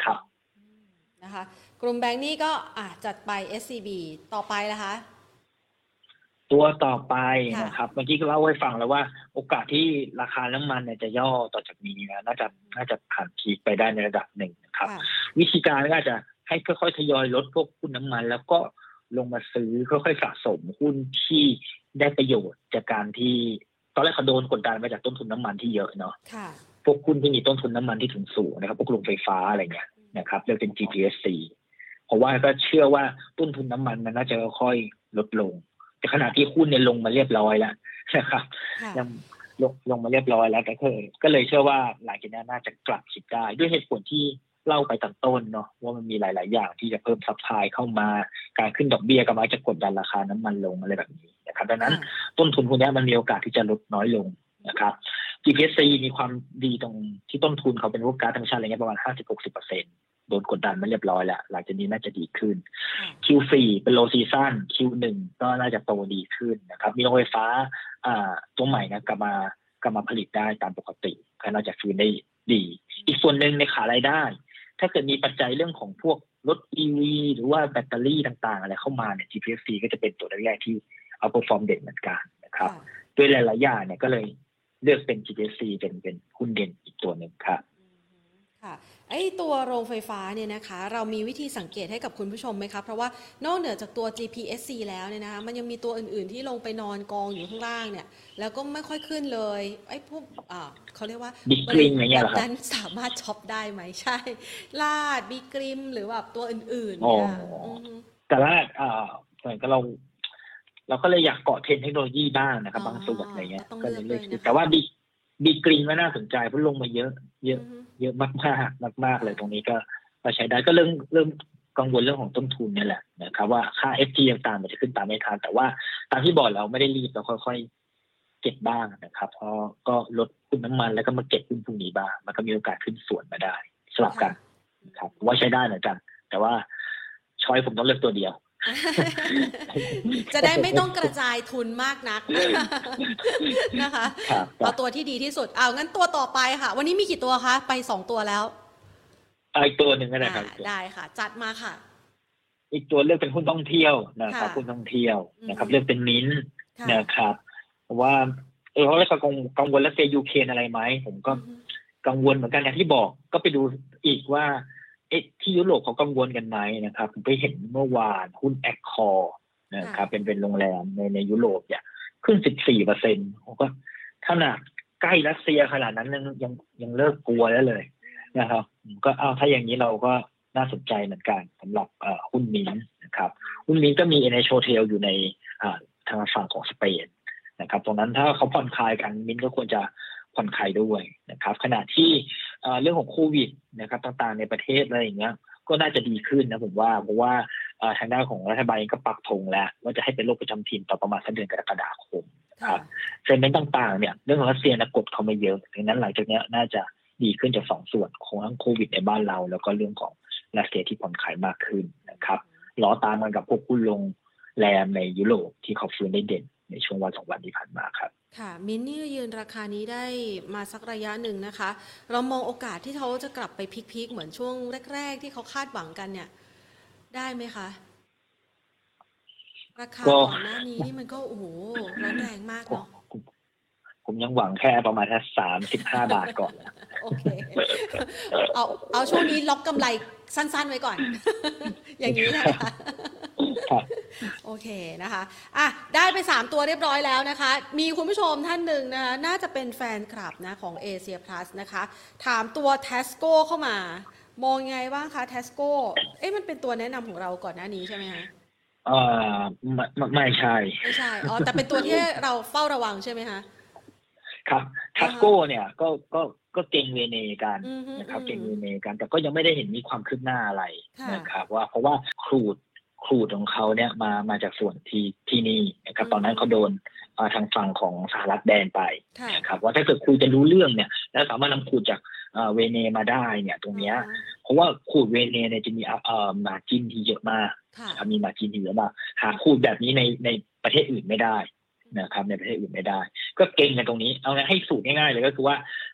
นะคะกลุ่มแบงก์นี่ก็อ่ะจัดไป เอส ซี บี ต่อไปนะคะตัวต่อไปนะครับเมื่อกี้ก็เล่าให้ฟังแล้วว่าโอกาสที่ราคาน้ำมันเนี่ยจะย่อต่อจากนี้นะน่าจะน่าจะผ่านพีคไปได้ในระดับหนึ่งนะครับวิธีการก็อาจจะให้ค่อยๆทยอยลดพวกหุ้นน้ำมันแล้วก็ลงมาซื้อค่อยๆสะสมหุ้นที่ได้ประโยชน์จากการที่ตอนแรกเขาโดนกดดันมาจากต้นทุนน้ำมันที่เยอะเนาะพวกหุ้นที่มีต้นทุนน้ำมันที่ถึงสูงนะครับพวกโรงไฟฟ้าอะไรเงี้ยนะครับเรียกเป็น จี พี เอส ซี เพราะว่าก็เชื่อว่าต้นทุนน้ำมันมันน่าจะค่อยๆลดลงแต่ขณะที่หุ้นเนี่ยลงมาเรียบร้อยแล้วนะครับยังลงลงมาเรียบร้อยแล้วก็คือก็เลยเชื่อว่าหลังจากนี้น่าจะกลับคิดได้ด้วยเหตุผลที่เล่าไปตั้งต้นเนาะว่ามันมีหลายๆอย่างที่จะเพิ่มซัพพลายเข้ามาการขึ้นดอกเบี้ยก็มักจะกดดันราคาน้ำมันลงอะไรแบบนี้นะครับดังนั้นต้นทุนพวกนี้มันมีโอกาสที่จะลดน้อยลงนะครับ จี พี เอส ซี มีความดีตรงที่ต้นทุนเขาเป็นพวกก๊าซธรรมชาติอะไรเงี้ยประมาณ ห้าสิบถึงหกสิบเปอร์เซ็นต์ โดนกดดันมาเรียบร้อยแล้วหลังจากนี้น่าจะดีขึ้น คิว โฟร์ เป็น low season คิว วัน ก็น่าจะโตดีขึ้นนะครับมีโรงไฟฟ้าอ่าตัวใหม่นะกลับมากลับมาผลิตได้ตามปกติก็น่าจะฟื้นได้ดีอีกส่วนหนึ่งในขารายได้ถ้าเกิดมีปัจจัยเรื่องของพวกรถ อี วี หรือว่าแบตเตอรี่ต่างๆอะไรเข้ามาเนี่ย จี พี เอส ซี ก็จะเป็นตัวแรกที่เอา perform เด่นเหมือนกันนะครับด้วยหลายๆอย่างเนี่ยก็เลยเลือกเป็น จี พี เอส ซี เป็นเป็นหุ้นเด่นอีกตัวหนึ่งครับค่ะไอ้ตัวโรงไฟฟ้าเนี่ยนะคะเรามีวิธีสังเกตให้กับคุณผู้ชมไหมคะเพราะว่านอกเหนือจากตัว จี พี เอส ซี แล้วเนี่ยนะคะมันยังมีตัวอื่นๆที่ลงไปนอนกองอยู่ข้างล่างเนี่ยแล้วก็ไม่ค่อยขึ้นเลยไอ้พวกอ่าเขาเรียกว่าบิ๊กกริมอย่างเงี้ยครับนั้นสามารถช็อปได้ไหมใช่ลาดบิ๊กกริมหรือแบบตัวอื่นๆเนี่ยแต่ลาดอ่าเหมือนกับเราเราก็เลยอยากเกาะเทรนด์เทคโนโลยีบ้างนะครับบางส่วนอะไรเงี้ยก็เลยเลือกแต่ว่าบิ๊กบิ๊กกริมก็น่าสนใจเพราะลงมาเยอะเยอะเยอะมากมากมากมากเลยตรงนี้ก็มาใช้ได้ก็เรื่องเรื่องกังวลเรื่องของต้นทุนนี่แหละนะครับว่าค่า เอฟ ที ต่างๆมันจะขึ้นตามไม่ทันแต่ว่าตามที่บอกเราไม่ได้รีบเราค่อยๆเก็บบ้างนะครับเพราะก็ลดหุ้นน้ำมันแล้วก็มาเก็บหุ้นพวกนี้บ้างมันก็มีโอกาสขึ้นส่วนมาได้สลับกันครับว่าใช้ได้เหมือนกันแต่ว่าช้อยผมต้องเลือกตัวเดียวจะได้ไม่ต้องกระจายทุนมากนักนะคะเอาตัวที่ดีที่สุดเอางั้นตัวต่อไปค่ะวันนี้มีกี่ตัวคะไปสองตัวแล้วอีกตัวหนึ่งก็ได้ครับได้ค่ะจัดมาค่ะอีกตัวเลือกเป็นหุ้นท่องเที่ยวนะครับหุ้นท่องเที่ยวนะครับเลือกเป็นมิ้นท์นะครับเพราะว่าเออเขาเรียกกังกังวลรัสเซียยูเครนอะไรไหมผมก็กังวลเหมือนกันอย่างที่บอกก็ไปดูอีกว่าเอ๊ะที่ยุโรปเขากังวลกันไหมนะครับผมไปเห็นเมื่อวานหุ้นแอคคอร์นะครับเป็นเป็นโรงแรมในในยุโรปเนี่ยขึ้น สิบสี่เปอร์เซ็นต์ ผมก็ขนาดใกล้รัสเซียขนาดนั้นยังยังยังเลิกกลัวแล้วเลยนะครับก็เอาถ้าอย่างนี้เราก็น่าสนใจเหมือนกันสำหรับหุ้นมิ้นท์นะครับหุ้นมิ้นท์ก็มี เอ็น เอช Hotel อยู่ในทางฝั่งของสเปนนะครับตรงนั้นถ้าเขาผ่อนคลายกันมิ้นท์ก็ควรจะผ่อนคลายด้วยนะครับขณะที่เรื่องของโควิดนะครับต่างๆในประเทศอะไรอย่างเงี้ยก็น่าจะดีขึ้นนะผมว่าเพราะว่าทางด้านของรัฐบาลก็ปักธงแล้วว่าจะให้เป็นโรคประจำถิ่นต่อประมาณสักเดือนกรกฎาคมครับเซนเมนต์ต่างๆเนี่ยเรื่องของรัสเซียนะกดเขาไม่เยอะดังนั้นหลังจากนี้น่าจะดีขึ้นจากสองส่วนของทั้งโควิดในบ้านเราแล้วก็เรื่องของรัสเซียที่ผ่อนคลายมากขึ้นนะครับล้อตามกันกับพวกหุ้นลงแรมในยุโรปที่เขาฟื้นได้เด่นในช่วงวันสองวันที่ผ่านมาครับค่ะมิ้นนี่ยืนราคานี้ได้มาสักระยะหนึ่งนะคะเรามองโอกาสที่เขาจะกลับไปพีคๆเหมือนช่วงแรกๆที่เขาคาดหวังกันเนี่ยได้ไหมคะราคาก่อนหน้านี้นี่มันก็โอ้โหร้อนแรงมากเนาะผมยังหวังแค่ประมาณแค่สามสิบห้าบาทก่อนโอเคเอาเอาช่วงนี้ล็อกกำไรสั้นๆไว้ก่อนอย่างนี้นะคะโอเคนะคะอ่ะได้ไปสามตัวเรียบร้อยแล้วนะคะมีคุณผู้ชมท่านหนึ่งนะคะน่าจะเป็นแฟนคลับนะของ Asia Plus นะคะถามตัว Tesco เข้ามามองไงบ้างคะ Tesco เอ๊ะมันเป็นตัวแนะนำของเราก่อนหน้านี้ใช่ไหมคะอ่าไม่ไม่ใช่ไม่ใช่อ๋อแต่เป็นตัวที่เราเฝ้าระวังใช่ไหมคะครับทัสโก้เนี่ยก็ก็ก็เก่งเวเนกันนะครับเก่งเวเนกันแต่ก็ยังไม่ได้เห็นมีความคืบหน้าอะไรนะครับว่าเพราะว่าครูดครูดของเขาเนี่ยมามาจากส่วนที่ที่นี่นะครับตอนนั้นเขาโดนทางฝั่งของสหรัฐแบนไปนะครับว่าถ้าเกิดคุยจะรู้เรื่องเนี่ยแล้วสามารถนำครูดจากเวเนมาได้เนี่ยตรงเนี้ยเพราะว่าครูดเวเนเนี่ยจะมีเอ่อมาร์จิ้นที่เยอะมากมีมาร์จิ้นที่เยอะมากหาครูดแบบนี้ในในประเทศอื่นไม่ได้นะครับในประเทศอื่นไม่ได้ก็เก่งกันตรงนี้เอาไงให้สูตรง่ายๆเลยก็คือว่า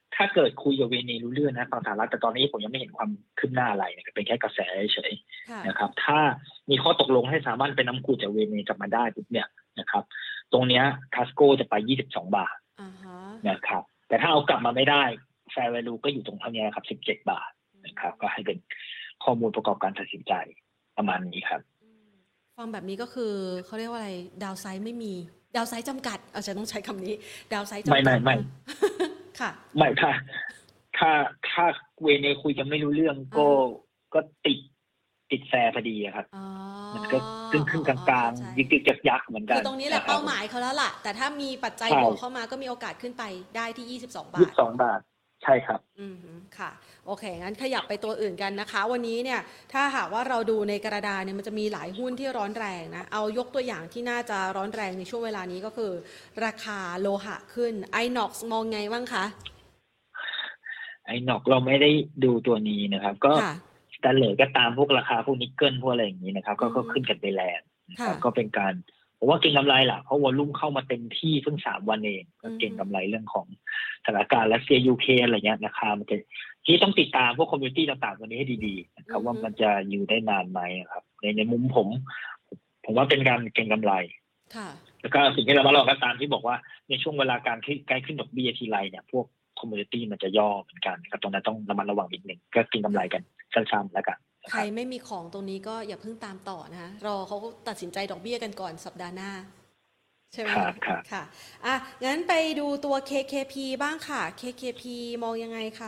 ถ้าเกิดคุยกับเวเนรู้เรื่องนะฝั่งสหรัฐแต่ตอนนี้ผมยังไม่เห็นความคืบหน้าอะไรนะครับเป็นแค่กระแสเฉยๆนะครับถ้ามีข้อตกลงให้สามารถเป็นน้ำกูจากเวเนกลับมาได้ปุ๊บเนี่ยนะครับตรงเนี้ยทัสโกจะไปยี่สิบสองบาทนะครับแต่ถ้าเอากลับมาไม่ได้แฟร์แวลูก็อยู่ตรงเท่านี้ครับสิบเจ็ดบาทนะครับก็ให้เป็นข้อมูลประกอบการตัดสินใจประมาณนี้ครับฟังแบบนี้ก็คือเขาเรียกว่าอะไรดาวไซด์ไม่มีดาวไซด์จำกัดเอาจะต้องใช้คำนี้ดาวไซด์จำกัดไม่ไม่ไม่ค่ะไม่ถ้าถ้าถ้าเวเนคุยกันไม่รู้เรื่องก็ก็ติดติดแฟร์พอดีครับมันก็ขึ้นขึ้นกลางๆยึกยึกยักยักเหมือนกันคือตรงนี้แหละเป้าหมายเขาแล้วล่ะแต่ถ้ามีปัจจัยบวกเข้ามาก็มีโอกาสขึ้นไปได้ที่ยี่สิบสองบาทยี่สิบสองบาทใช่ครับอืมค่ะโอเคงั้นขยับไปตัวอื่นกันนะคะวันนี้เนี่ยถ้าหากว่าเราดูในกระดานเนี่ยมันจะมีหลายหุ้นที่ร้อนแรงนะเอายกตัวอย่างที่น่าจะร้อนแรงในช่วงเวลานี้ก็คือราคาโลหะขึ้น ไอ น็อกซ์ มองไงบ้างคะไอ น็อกซ์ เราไม่ได้ดูตัวนี้นะครับก็แต่เหลือก็ตามพวกราคาพวกนิกเกิลพวกอะไรอย่างนี้นะครับก็ก็ขึ้นกันไปแรงนะครับก็เป็นการผมว่าเก็งกำไรแหละเพราะวอลลุ่มเข้ามาเต็มที่เพิ่งสามวันเองก็เก็งกำไรเรื่องของสถานการณ์รัสเซียยูเครนอะไรเงี้ยราคามันจะที่ต้องติดตามพวกคอมมูนิตี้ต่างๆวันนี้ให้ดีๆนะครับว่ามันจะอยู่ได้นานไหมครับในในมุมผมผมว่าเป็นการเก็งกำไรแล้วก็สิ่งที่เรามาลองกันตามที่บอกว่าในช่วงเวลาการใกล้ขึ้นดอกเบี้ยทีไรเนี่ยพวกคอมมูนิตี้มันจะย่อเหมือนกันครับตรงนั้นต้องระมัดระวังนิดนึงก็เก็งกำไรกันสั้นๆแล้วกันใครไม่มีของตรงนี้ก็อย่าเพิ่งตามต่อนะคะรอเขาตัดสินใจดอกเบี้ยกันก่อนสัปดาห์หน้าใช่ไหมครับค่ะอ่ะงั้นไปดูตัว เค เค พี บ้างค่ะ เค เค พี มองยังไงคะ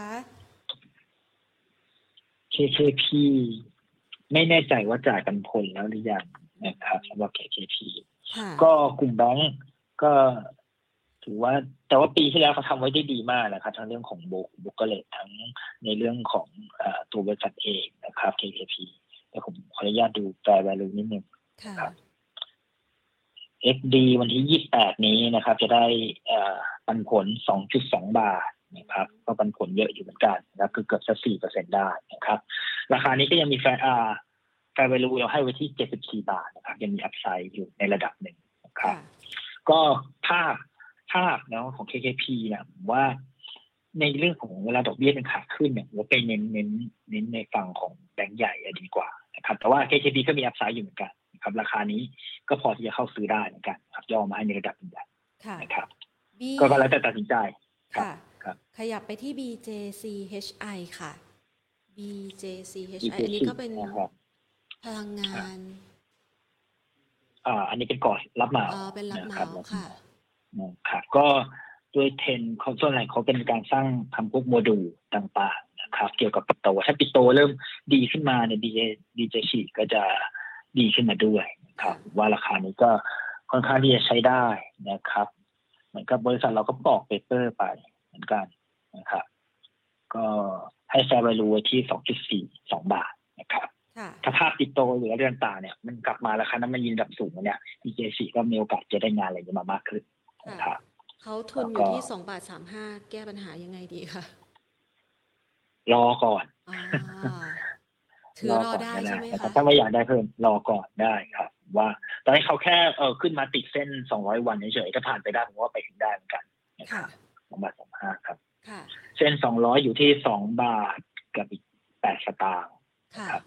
เค เค พี ไม่แน่ใจว่าจ่ายปันผลแล้วหรือยังนะครับสำหรับ เค เค พี ก็กลุ่มแบงก์ก็ถือว่าแต่ว่าปีที่แล้วเขาทำไว้ได้ดีมากนะครับทั้งเรื่องของบุกบุกเกเลตทั้งในเรื่องของตัวบริษัทเองนะครับ เค เค พี แต่ผมขออนุญาตดู Fair Value นิดนึงครับ เอ็กซ์ ดี วันที่ยี่สิบแปดนี้นะครับจะได้ปันผล สองจุดสอง บาทนะครับก็ปันผลเยอะอยู่เหมือนกันนะคือเกือบจะ สี่เปอร์เซ็นต์ ได้นะครับราคานี้ก็ยังมีแฟร์อ่า Fair Value เราให้ไว้ที่เจ็ดสิบสี่บาทนะครับยังมีอัพไซด์อยู่ในระดับหนึ่งนะครับก็ภาพภาพเนาะของ เค เค พี เนี่ยผมว่าในเรื่องของเวลาดอกเบี้ยเป็นขาขึ้นเนี่ยผมไปเน้นเน้นเน้นในฝั่งของแบงก์ใหญ่ดีกว่านะครับแต่ว่า เค เค พี ก็มีอัพไซด์อยู่เหมือนกันครับราคานี้ก็พอที่จะเข้าซื้อได้เหมือนกันครับย่อมาให้ในระดับหนึ่งนะครับก็แล้วแต่ตัดสินใจค่ะขยับไปที่ บี เจ ซี เอช ไอ ค่ะ บี เจ ซี เอช ไอ อันนี้ก็เป็นพลังงานอ่าอันนี้เป็นก่อนรับเหมาอ๋อเป็นรับเหมาค่ะครับก็ด้วยเทรนด์เขาส่วนใหญ่เขาเป็นการสร้างทำพวกโมดูลต่างๆนะครับเกี่ยวกับปิโตถ้าปิโตเริ่มดีขึ้นมาเนี่ย บี เจ ซี ก็จะดีขึ้นมาด้วยนะครับว่าราคานี้ก็ค่อนข้างที่จะใช้ได้นะครับเหมือนกับบริษัทเราก็ปอกเปเปอร์ไปเหมือนกันนะครับก็ให้แฟร์ value ไว้ที่ สองจุดสี่สอง บาทนะครับถ้าภาพปิโตหรือเรื่องต่างเนี่ยมันกลับมาราคานั้นมันยืนระดับสูงเนี่ย บี เจ ซี ก็มีโอกาสจะได้งานอะไรมามากขึ้นนะครับเขาทุนอยู่ที่สองบาทสามห้าแก้ปัญหายังไงดีคะรอก่อนถือรอได้ใช่ไหมคะถ้าไม่อยากได้เพิ่มรอก่อนได้ครับว่าตอนนี้เขาแค่เออขึ้นมาติดเส้นสองร้อยวันเฉยๆก็ผ่านไปได้ผมว่าไปถึงได้เหมือนกันนะครับสองบาทสามห้าครับเส้นสองร้อยอยู่ที่สองบาทกับอีกแปดสตางค์ครับ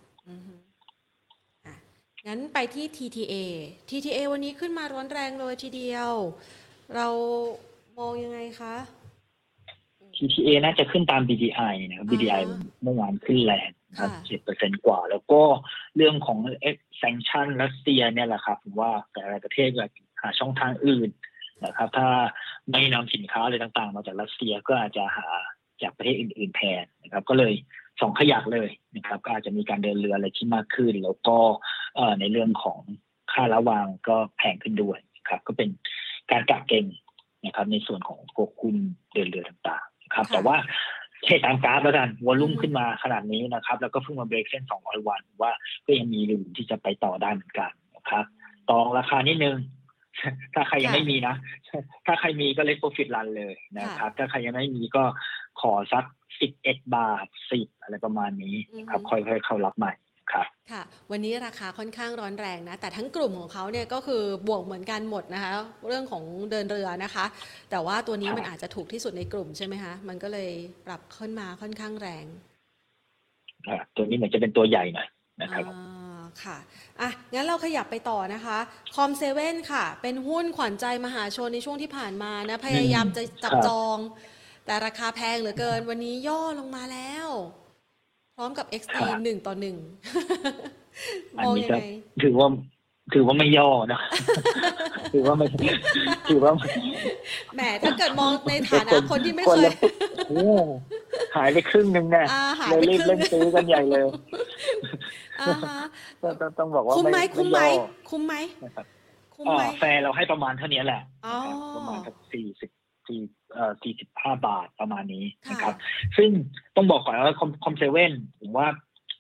งั้นไปที่ ที ที เอ ที ที เอ วันนี้ขึ้นมาร้อนแรงเลยทีเดียวเรามองยังไงคะที ที เอ น่าจะขึ้นตาม บี ดี ไอ นะครับ บี ดี ไอ เมื่อวานขึ้นแรงครับ เจ็ดเปอร์เซ็นต์ กว่าแล้วก็เรื่องของ sanction รัสเซียเนี่ยแหละครับผมว่าแต่ละประเทศก็หาช่องทางอื่นนะครับถ้าไม่นำสินค้าอะไรต่างๆมาจากรัสเซียก็อาจจะหาจากประเทศอื่นๆแทนนะครับก็เลยสองขยักเลยนะครับก็อาจจะมีการเดินเรืออะไรที่มากขึ้นแล้วก็ในเรื่องของค่าระวางก็แพงขึ้นด้วยครับก็เป็นการกะเก็งนะครับในส่วนของพวกหุ้นเดินเรือต่างๆครับแต่ว่าเทตามกราฟแล้วกันวอลุ่มขึ้นมาขนาดนี้นะครับแล้วก็เพิ่งมาเบรกเส้นสองร้อยวันว่าก็ยังมีรูมที่จะไปต่อได้เหมือนกันนะครับตองราคานิดนึงถ้าใครยังไม่มีนะถ้าใครมีก็เล็กโปรฟิตรันเลยนะครับถ้าใครยังไม่มีก็ขอสักสิบเอ็ดบาทสิบอะไรประมาณนี้ครับค่อยๆเข้ารับใหม่นะครับค่ะวันนี้ราคาค่อนข้างร้อนแรงนะแต่ทั้งกลุ่มของเขาเนี่ยก็คือบวกเหมือนกันหมดนะคะเรื่องของเดินเรือนะคะแต่ว่าตัวนี้มันอาจจะถูกที่สุดในกลุ่มใช่ไหมคะมันก็เลยปรับขึ้นมาค่อนข้างแรงตัวนี้เหมือนจะเป็นตัวใหญ่หน่อยนะครับค่ะอ่ะงั้นเราขยับไปต่อนะคะคอมเซเว่นค่ะเป็นหุ้นขวัญใจมหาชนในช่วงที่ผ่านมานะพยายามจะจับจองแต่ราคาแพงเหลือเกินวันนี้ย่อลงมาแล้วพร้อมกับ เอ็กซ์ ดี หนึ่งต่อหนึ่งมองยังไงถือว่าถือว่าไม่ย่อนะถือว่าไม่ถือว่าแหมถ้าเกิดมองในฐานะคนที่ไม่เคยหายไปครึ่งนึงเนี่ยเลยรีบเล่นซื้อกันใหญ่เลยต้องบอกว่าคุ้มไหมคุ้มไหมคุ้มไหมคุ้มไหมแฟร์เราให้ประมาณเท่านี้แหละประมาณสักสี่สิบสี่เอ่อสี่สิบห้าบาทประมาณนี้นะครับซึ่งต้องบอกก่อนว่าคอมเซเว่นผมว่า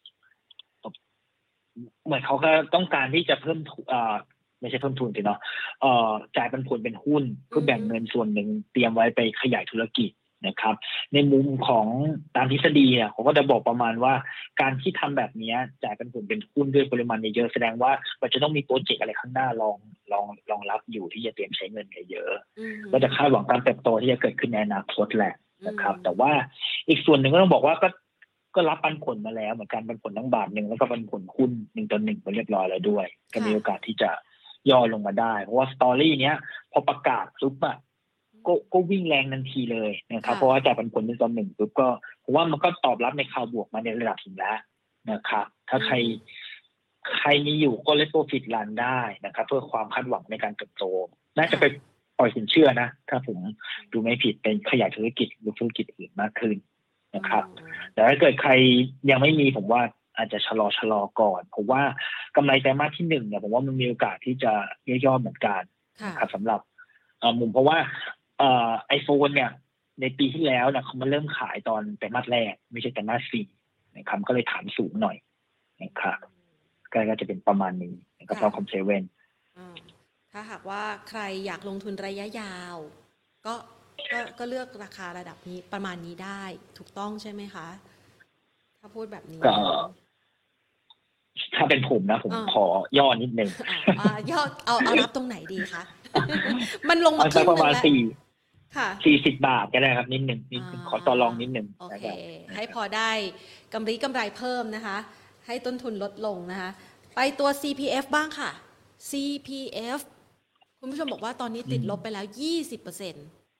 เหมือนเขาก็ต้องการที่จะเพิ่มเอ่อไม่ใช่เพิ่มทุนสิเนาะเอ่อจ่ายปันผลเป็นหุ้นเพื่อแบ่งเงินส่วนหนึ่งเตรียมไว้ไปขยายธุรกิจนะครับในมุมของตามทฤษฎีอ่ะเขาก็จะบอกประมาณว่าการที่ทำแบบนี้จ่ายปันผลเป็นหุ้นด้วยปริมาณเยอะแสดงว่ามันจะต้องมีโปรเจกต์อะไรข้างหน้ารองรองรองรับอยู่ที่จะเตรียมใช้เงินเยอะก็จะคาดหวังการเติบโตที่จะเกิดขึ้นในอนาคตแหละนะครับแต่ว่าอีกส่วนหนึ่งก็ต้องบอกว่าก็ก็รับปันผลมาแล้วเหมือนกันปันผลทั้งบาทหนึ่งแล้วก็ปันผลหุ้นหนึ่งต่อหนึ่งไปเรียบร้อยแล้วด้วยก็มีโอกาสที่จะย่อลงมาได้เพราะว่าสตอรี่เนี้ยพอประกาศปุ๊บอะก็ก็วิ่งแรงทันทีเลยนะครับเพราะว่าจ่ายปันผลหนึ่งต่อหนึ่งปุ๊บก็ผมว่ามันก็ตอบรับในข่าวบวกมาในระดับหนึ่งแล้วนะครับถ้าใครใครมีอยู่ก็เลทโปรฟิตรันได้นะครับเพื่อความคาดหวังในการเติบโตน่าจะไปปล่อยสินเชื่อนะถ้าผมดูไม่ผิดเป็นขยายธุรกิจหรือธุรกิจอื่นมากขึ้นนะครับแต่ถ้าเกิดใครยังไม่มีผมว่าอาจจะชะลอชะลอก่อนผมว่ากำไรไตรมาสที่หนึ่งเนี่ยผมว่ามันมีโอกาสที่จะย่อๆเหมือนกันนะครับสำหรับมุมเพราะว่าไอโฟนเนี่ยในปีที่แล้วเนี่ยเขามาเริ่มขายตอนไตรมาสแรกไม่ใช่ไตรมาสสี่นะครับก็เลยฐานสูงหน่อยนะครับก็จะเป็นประมาณนี้นะครับสำหรับคอมเซเว่นถ้าหากว่าใครอยากลงทุนระยะยาวก็ก็ก็เลือกราคาระดับนี้ประมาณนี้ได้ถูกต้องใช่ไหมคะถ้าพูดแบบนี้ก็ถ้าเป็นผมนะผมขอย่อนิดนึงย่อเอาเอารับตรงไหนดีคะมันลงมาประมาณสี่ค่ะสี่สิบบาทก็ได้ครับนิดนึงนิดขอต่อรองนิดนึงโอเคให้พอได้กำไรกำไรเพิ่มนะคะให้ต้นทุนลดลงนะคะไปตัว ซี พี เอฟ บ้างค่ะ ซี พี เอฟ คุณผู้ชมบอกว่าตอนนี้ติดลบไปแล้ว ยี่สิบเปอร์เซ็นต์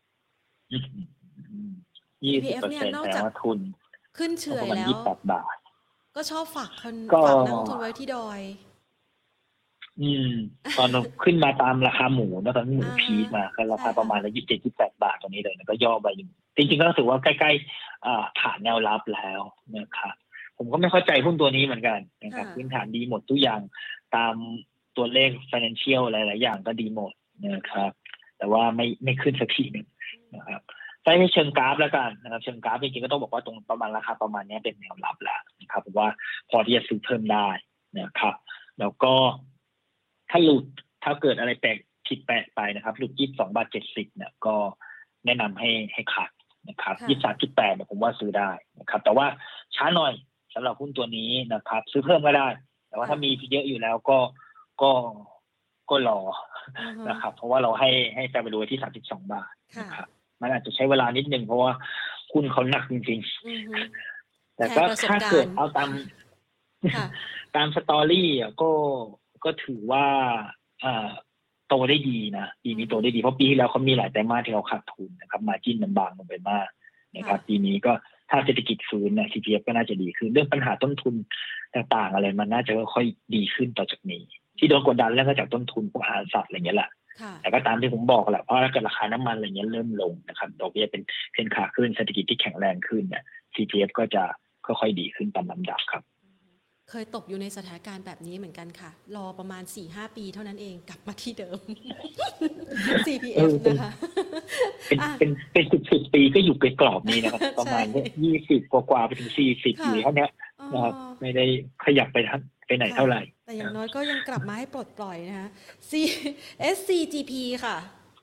ซี พี เอฟ เนี่ยนอกจากทุนขึ้นเฉื่อยแล้วยี่สิบแปดบาทก็ชอบฝากคนฝากนักลงทุนไว้ที่ดอยอืมตอนขึ้นมาตามราคาหมูนะตอนนี้หมูพีคมาก็ราคาประมาณละยี่สิบเจ็ด ยี่สิบแปดบาทตรงนี้เลยแล้วก็ย่อไปจริงๆก็ถือว่าใกล้ๆฐานแนวรับแล้วนะครับผมก็ไม่เข้าใจหุ้นตัวนี้เหมือนกันนะครับพื้นฐานดีหมดทุกอย่างตามตัวเลข financial หลายๆอย่างก็ดีหมดนะครับแต่ว่าไม่ไม่ขึ้นสักทีนึงนะครับใช้เชิงกราฟแล้วกันนะครับเชิงกราฟจริงๆก็ต้องบอกว่าตรงประมาณราคาประมาณนี้เป็นแนวรับแล้วนะครับผมว่าพอที่จะซื้อเพิ่มได้นะครับแล้วก็ถ้าหลุดถ้าเกิดอะไรแปลกผิดแปลกไปนะครับหลุดยี่สิบสองบาทเจ็ดสิบเนี่ยก็แนะนำให้ให้ขาดนะครับยี่สิบสามจุดแปดเนี่ยผมว่าซื้อได้นะครับแต่ว่าช้าหน่อยสำหรับหุ้นตัวนี้นะครับซื้อเพิ่มก็ได้แต่ว่าถ้ามีเยอะอยู่แล้วก็ก็ก็รอนะครับเพราะว่าเราให้ให้แฟร์ value ที่สามสิบสองบาทนะครับมันอาจจะใช้เวลานิดนึงเพราะว่าหุ้นเขาหนักจริงๆแต่ก็ถ้าเกิดเอาตามตามสตอรี่อ่ะก็ก็ถือว่าโตได้ดีนะปีนี้โตได้ดีเพราะปีที่แล้วเขามีหลายไตรมาสที่เขาขาดทุนนะครับมาร์จิ้นมันบางลงไปมากนะครับปีนี้ก็ถ้าเศรษฐกิจฟื้นเนี่ย ซี พี เอฟ ก็น่าจะดีขึ้นเรื่องปัญหาต้นทุนต่างๆอะไรมันน่าจะค่อยๆดีขึ้นต่อจากนี้ที่โดนกดดันเรื่องก็จากต้นทุนพวกอาหารสัตว์อะไรเงี้ยแหละแต่ก็ตามที่ผมบอกแหละเพราะถ้าเกิดราคาน้ำมันอะไรเงี้ยเริ่มลงนะครับดอกเบี้ยเป็นเทรนขาขึ้นเศรษฐกิจที่แข็งแรงขึ้นเนี่ย ซี พี เอฟ ก็จะค่อยๆดีขึ้นตามลำดับครับเคยตกอยู่ในสถานการณ์แบบนี้เหมือนกันค่ะรอประมาณ สี่ห้า ปีเท่านั้นเองกลับมาที่เดิม ซี พี เอฟ นะคะเป็นเป็นเป็นสิบปีก็อยู่ในกรอบนี้นะครับประมาณยี่สิบกว่าๆไปถึงสี่สิบอยู่เท่านี้นะครับไม่ได้ขยับไปไปไหนเท่าไหร่แต่อย่างน้อยก็ยังกลับมาให้ปลดปล่อยนะคะ เอส ซี จี พี ค่ะ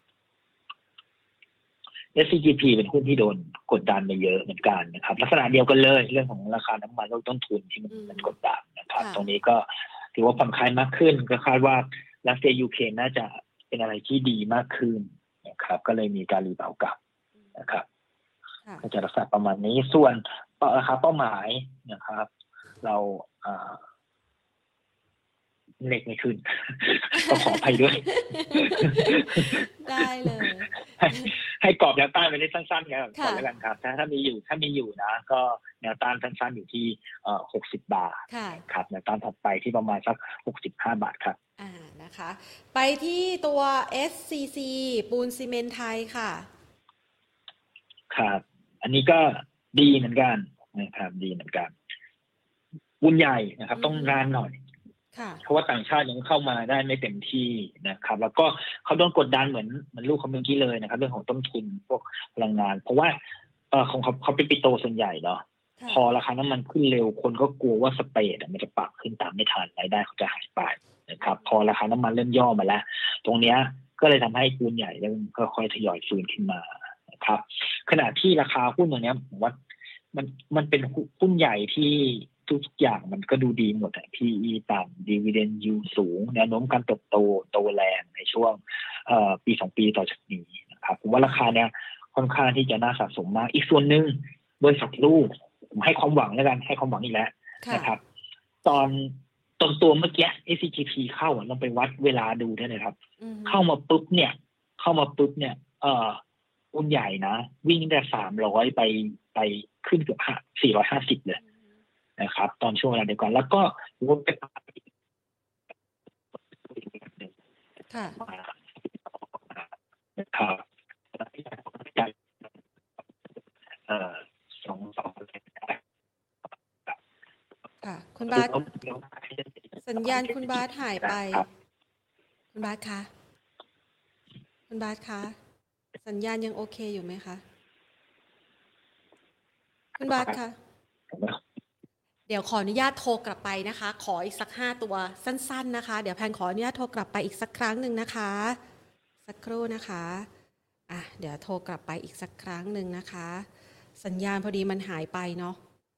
เอส ซี จี พี เป็นหุ้นที่โดนกดดันมาเยอะเหมือนกันนะครับลักษณะเดียวกันเลยเรื่องของราคาน้ำมันลดต้นทุนที่มันกดดันนะครับนะครับค่ะตรงนี้ก็ถือว่าผ่อนคลายมากขึ้นก็คาดว่ารัสเซียยูเครนน่าจะเป็นอะไรที่ดีมากขึ้นนะครับก็เลยมีการรีบาวด์กลับนะครับค่ะก็จะรักษาประมาณนี้ส่วนราคาเป้าหมายนะครับ เราอ่าเน็กไม่ขึ้น ก็ขออภัยด้วยได้เลยให้ให้กรอบแนวต้านไปได้สั้นๆกันก่อนค่ะแล้วกันครับถ้าถ้ามีอยู่ถ้ามีอยู่นะ ก็แนวต้านสั้นๆอยู่ที่เอ่อหกสิบบาทค่ะครับแนวต้านถัดไปที่ประมาณสักหกสิบห้าบาทครับอ่านะคะ ไปที่ตัว เอส ซี ซี ปูนซีเมนต์ไทยค่ะครับ อันนี้ก็ดีเหมือนกันนะครับดีเหมือนกันวุ้นใหญ่นะครับ ต้องนานหน่อยค่ะเพราะว่าต่างชาติยังเข้ามาได้ไม่เต็มที่นะครับ แล้วก็เขาโดนกดดันเหมือนเหมือนลูกเขาเมื่อกี้เลยนะครับ เรื่องของต้นทุนพวกพลังงาน เพราะว่าเออของเขาเขาเป็นปิโตรส่วนใหญ่เนาะค่ะพอราคาน้ำมันขึ้นเร็วคนก็กลัวว่าสเปรดอะมันจะปรับขึ้นตามไม่ทันรายได้เขาจะหายไปนะครับ พอราคาน้ำมันเริ่มย่อมาแล้ว ตรงเนี้ยก็เลยทำให้หุ้นใหญ่เริ่มค่อยๆทยอยฟื้นขึ้นมานะครับ ขณะที่ราคาหุ้นตัวเนี้ยผมว่ามันมันเป็นหุ้นใหญ่ที่ทุกอย่างมันก็ดูดีหมดอะ พี อี ต่ำ Dividend Yield สูงแนวโน้มการเติบโตโตแรงในช่วงเอ่อปีสองปีต่อจากนี้นะครับผมว่าราคาเนี้ยค่อนข้างที่จะน่าสะสมมากอีกส่วนหนึ่งบริษัทลูกผมให้ความหวังแล้วกันให้ความหวังอีกแล้วค่ะนะครับ ตอนตอนตัวเมื่อกี้ เอส ซี จี พี เข้าอ่ะลองไปวัดเวลาดูได้เลยครับอืมเข้ามาปุ๊บเนี่ย เข้ามาปุ๊บเนี่ย เอ่อหุ้นใหญ่นะวิ่งแต่สามร้อยไปไปขึ้นเกือบสี่ร้อยห้าสิบเลยนะครับ ตอนช่วงเวลาเดียวกันแล้วก็วนไปค่ะนะครับเอ่อสองสองค่ะ คุณบาสสัญญาณคุณบาสหายไป คุณบาสคะ คุณบาสคะ สัญญาณยังโอเคอยู่ไหมคะ คุณบาสคะ เดี๋ยวขออนุญาตโทรกลับไปนะคะ ขออีกสักห้าตัวสั้นๆนะคะ เดี๋ยวแพนขออนุญาตโทรกลับไปอีกสักครั้งหนึ่งนะคะ สักครู่นะคะ อ่ะ เดี๋ยวโทรกลับไปอีกสักครั้งหนึ่งนะคะ สัญญาณพอดีมันหายไปเนาะ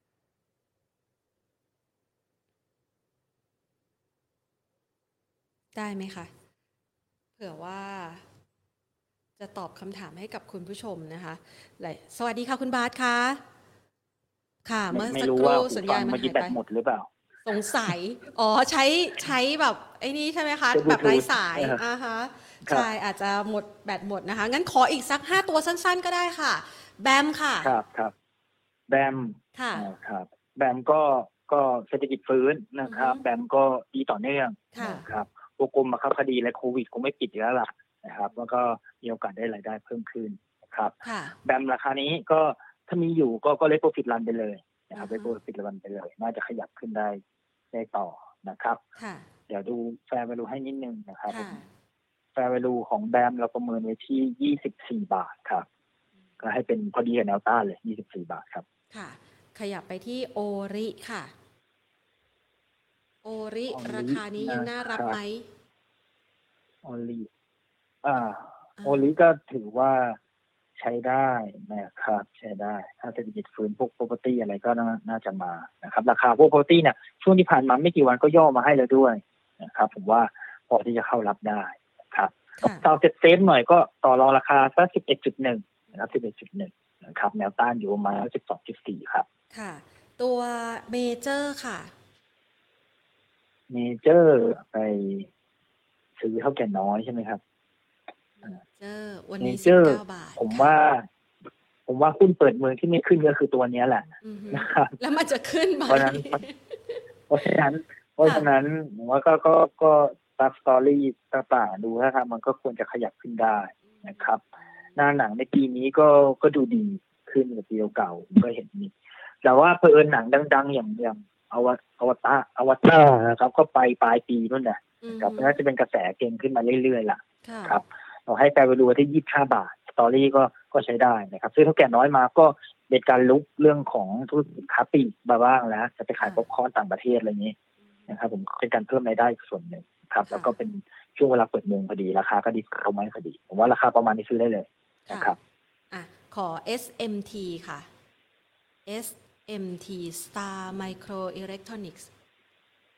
ได้ไหมคะ เผื่อว่าจะตอบคำถามให้กับคุณผู้ชมนะคะเลยสวัสดีค่ะคุณบาสคะ ค่ะ เมื่อไม่สักรู้คว่ารู่หูสัญฟัญาง ณมันเมื่อกี้หายแบไปตหมดหรือเปล่าสงสัย อ๋อ ใช้ใช้แบบไอ้นี่ใช่ไหมคะใช้แบบไร้ Bluetooth สายเอออ่าฮะครับใช่ อาจจะหมดแบตหมดนะคะ งั้นขออีกสักห้าตัวสั้นๆก็ได้ค่ะ แบมค่ะครับครับแบมค่ะอ่าครับ แบมก็ก็เศรษฐกิจฟื้นนะครับอือฮึแบมก็ดีต่อเนื่องค่ะนะครับพวกกรมบังคับคดีและโควิดคงไม่ปิดอยู่แล้วล่ะนะครับ แล้วก็มีโอกาสได้รายได้เพิ่มขึ้นนะครับค่ะแบมราคานี้ก็ถ้ามีอยู่ก็ก็เลโปรฟิตรันไปเลยนะครับอืเลอฮึโปรฟิตรันไปเลย น่าจะขยับขึ้นได้ได้ต่อนะครับค่ะเดี๋ยวดูแฟร์ value ให้นิดนึงนะครับผค่ะมแฟร์ value ของแบมเราประเมินไว้ที่ยี่สิบสี่บาทครับ ก็ให้เป็นพอดีกับแนวต้านเลยยี่สิบสี่บาทครับค่ะ ขยับไปที่โอริค่ะ โอริโอริราคานี้ยังน่ารับนะครับไหมโอลีอ่าอ่าโอลีก็ถือว่าใช้ได้นะครับใช้ได้ ถ้าเศรษฐกิจฟื้นพวก property อะไรก็น่าน่าจะมานะครับ ราคาพวก property เนี่ยช่วงที่ผ่านมาไม่กี่วันก็ย่อมาให้แล้วด้วยนะครับ ผมว่าพอที่จะเข้ารับได้นะครับค่ะต่อเซ็ตเซฟหน่อยก็ต่อรองราคาสัก สิบเอ็ดจุดหนึ่ง นะครับ สิบเอ็ดจุดหนึ่ง นะครับ แนวต้านอยู่ประมาณ สิบสองจุดสี่ ครับค่ะ ตัวเมเจอร์ค่ะเมเจอร์ไปซื้อเท่าแก่น้อยใช่ไหมครับเมเจอร์วันเมนี้เจสิอบ ร์เก้า บาทผมค่ะว่า ผมว่าหุ้นเปิดเมืองที่ไม่ขึ้นก็คือตัวเนี้ยแหละอือฮึนะครับแล้วมันจะขึ้นไหมเพราะฉะนั้น เพราะฉะนั้น เพราะฉะนั้นผมว่าก็ก็ก็ตามสตอรี่ต่างๆดูถ้าทำมันก็ควรจะขยับขึ้นได้นะครับ หน้าหนังในปีนี้ก็ก็ดูดีขึ้นกว่าปีเก่าๆก็เห็นมีแต่ว่าเผอิญหนังดังๆอย่างอย่างอวอวตารอวตารนะครับ ก็ไปปลายปีนู่นน่ะอือครับฮึน่าจะเป็นกระแสเก่งขึ้นมาเรื่อยๆล่ะค่ะครับเราให้แฟร์ value ที่ยี่สิบห้าบาทสตอรี่ก็ก็ใช้ได้นะครับซื้อเท่าแก่น้อยมาก็เป็นการลุกเรื่องของธุรกิจค้าปลีกมาบ้างแล้วจะไปขายป๊อปคอร์นต่างประเทศอะไรอย่างนี้นะครับ ผมเป็นการเพิ่มรายได้ส่วนหนึ่งครับ แล้วก็เป็นช่วงเวลาเปิดเมืองพอดีราคาก็ดีเข้ามาพอดีผมว่าราคาประมาณนี้ซื้อได้เลยนะครับอ่ะ ขอ เอส เอ็ม ที ค่ะ เอส เอ็ม ที Star Micro Electronics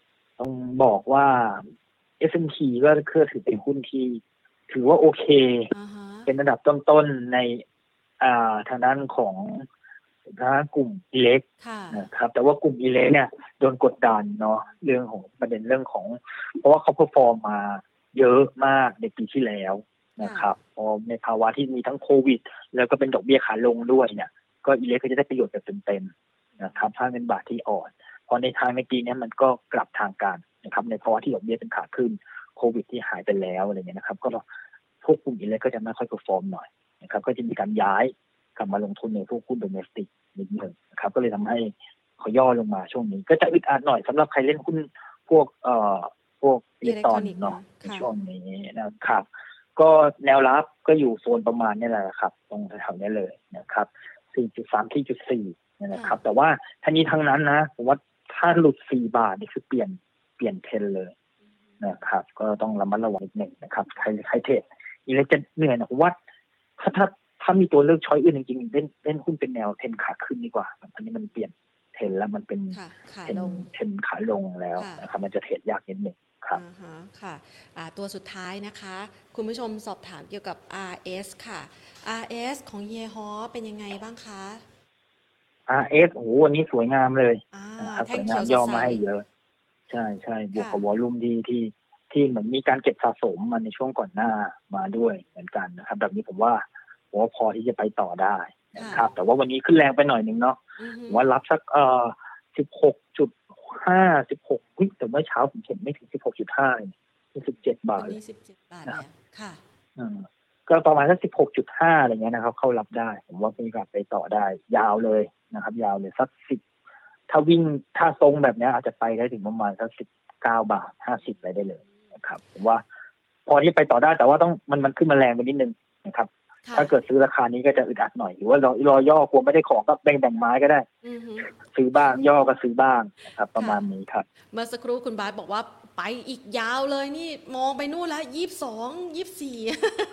ต้องบอกว่า เอส แอนด์ พี ก็คือถือเป็นหุ้นที่ถือว่าโอเค uh-huh. เป็นระดับต้นๆในอ่าทางด้านของทางด้านกลุ่มอิเล็กนะครับแต่ว่ากลุ่มอิเล็กเนี่ยโดนกดดันเนาะเรื่องของประเด็นเรื่องของเพราะว่าเขาเพอร์ฟอร์มมาเยอะมากในปีที่แล้วนะครับพอในภาวะที่มีทั้งโควิดแล้วก็เป็นดอกเบี้ยขาลงด้วยเนี่ยก็อิเล็กก็จะได้ประโยชน์แบบเต็มๆนะครับถ้าเงินบาทที่อ่อนพอในทางในปีนี้มันก็กลับทางกันนะครับในภาวะที่ดอกเบี้ยเป็นขาขึ้นโควิดที่หายไปแล้วอะไรเงี้ยนะครับก็พวกกลุ่มอิเล็กก็จะไม่ค่อยเพอร์ฟอร์มหน่อยนะครับก็จะมีการย้ายกลับมาลงทุนในพวกหุ้นโดเมสติกนิดหนึ่งนะครับก็เลยทำให้เขาย่อลงมาช่วงนี้ก็จะอึดอัดหน่อยสำหรับใครเล่นหุ้นพวกเอ่อพวกอิเล็กทรอนิกส์เนาะในช่วงนี้นะครับก็แนวรับก็อยู่โซนประมาณนี้แหละครับตรงแถวๆนี้เลยนะครับ สี่จุดสาม สี่จุดสี่ นะครับแต่ว่าทั้งนี้ทั้งนั้นนะผมว่าถ้าหลุดสี่บาทนี่คือเปลี่ยนเปลี่ยนเทรนเลยนะครับก็ต้องระมัดระวังนิดหนึ่งนะครับใครใครเทรดอิเล็กจะเหนื่อยนะผมว่าถ้าถ้าถ้ามีตัวเลือกช้อยอื่นจริงๆเล่นเล่นหุ้นเป็นแนวเทรนขาขึ้นดีกว่าอันนี้มันเปลี่ยนเทรนแล้วมันเป็นเทรนเทรนขาลงแล้วนะครับมันจะเทรดยากนิดหนึ่งครับค่ะตัวสุดท้ายนะคะคุณผู้ชมสอบถามเกี่ยวกับ อาร์ เอส ค่ะ อาร์ เอส ของเฮียฮอเป็นยังไงบ้างคะอาร์ เอส โอ้โหวันนี้สวยงามเลยนะครับสวยงามย่อมาให้เยอะใช่ใช่บวกกับวอลลุ่มที่ที่ที่เหมือนมีการเก็บสะสมมาในช่วงก่อนหน้ามาด้วยเหมือนกันนะครับแบบนี้ผมว่าผมว่าพอที่จะไปต่อได้นะครับแต่ว่าวันนี้ขึ้นแรงไปหน่อยนึงเนาะว่ารับสักเอ่อ สิบหกจุดห้า สิบหกวิแต่เมื่อเช้าผมเห็นไม่ถึง สิบหกจุดห้า สิบเจ็ดบาทสิบเจ็ดบาทเนี่ยค่ะอืมก็ประมาณสัก สิบหกจุดห้า อะไรเงี้ยนะครับเข้ารับได้ผมว่ามีโอกาสไปต่อได้ยาวเลยนะครับยาวเลยสักสิบถ้าวิ่งถ้าทรงแบบนี้อาจจะไปได้ถึงประมาณสักสิบเก้าบาทห้าสิบไปได้เลยนะครับผมว่าพอที่ไปต่อได้แต่ว่าต้องมันมันขึ้นมาแรงไปนิดนึงนะครับถ้าเกิดซื้อราคานี้ก็จะอึดอัดหน่อยหรือว่ารอรอย่อกลัวไม่ได้ของก็แบ่งแบ่งไม้ก็ได้ซื้อบ้างย่อก็ซื้อบ้างนะครับประมาณนี้ครับเมื่อสักครู่คุณบาสบอกว่าไปอีกยาวเลยนี่มองไปนู่นแล้วยี่สิบสอง ยี่สิบสี่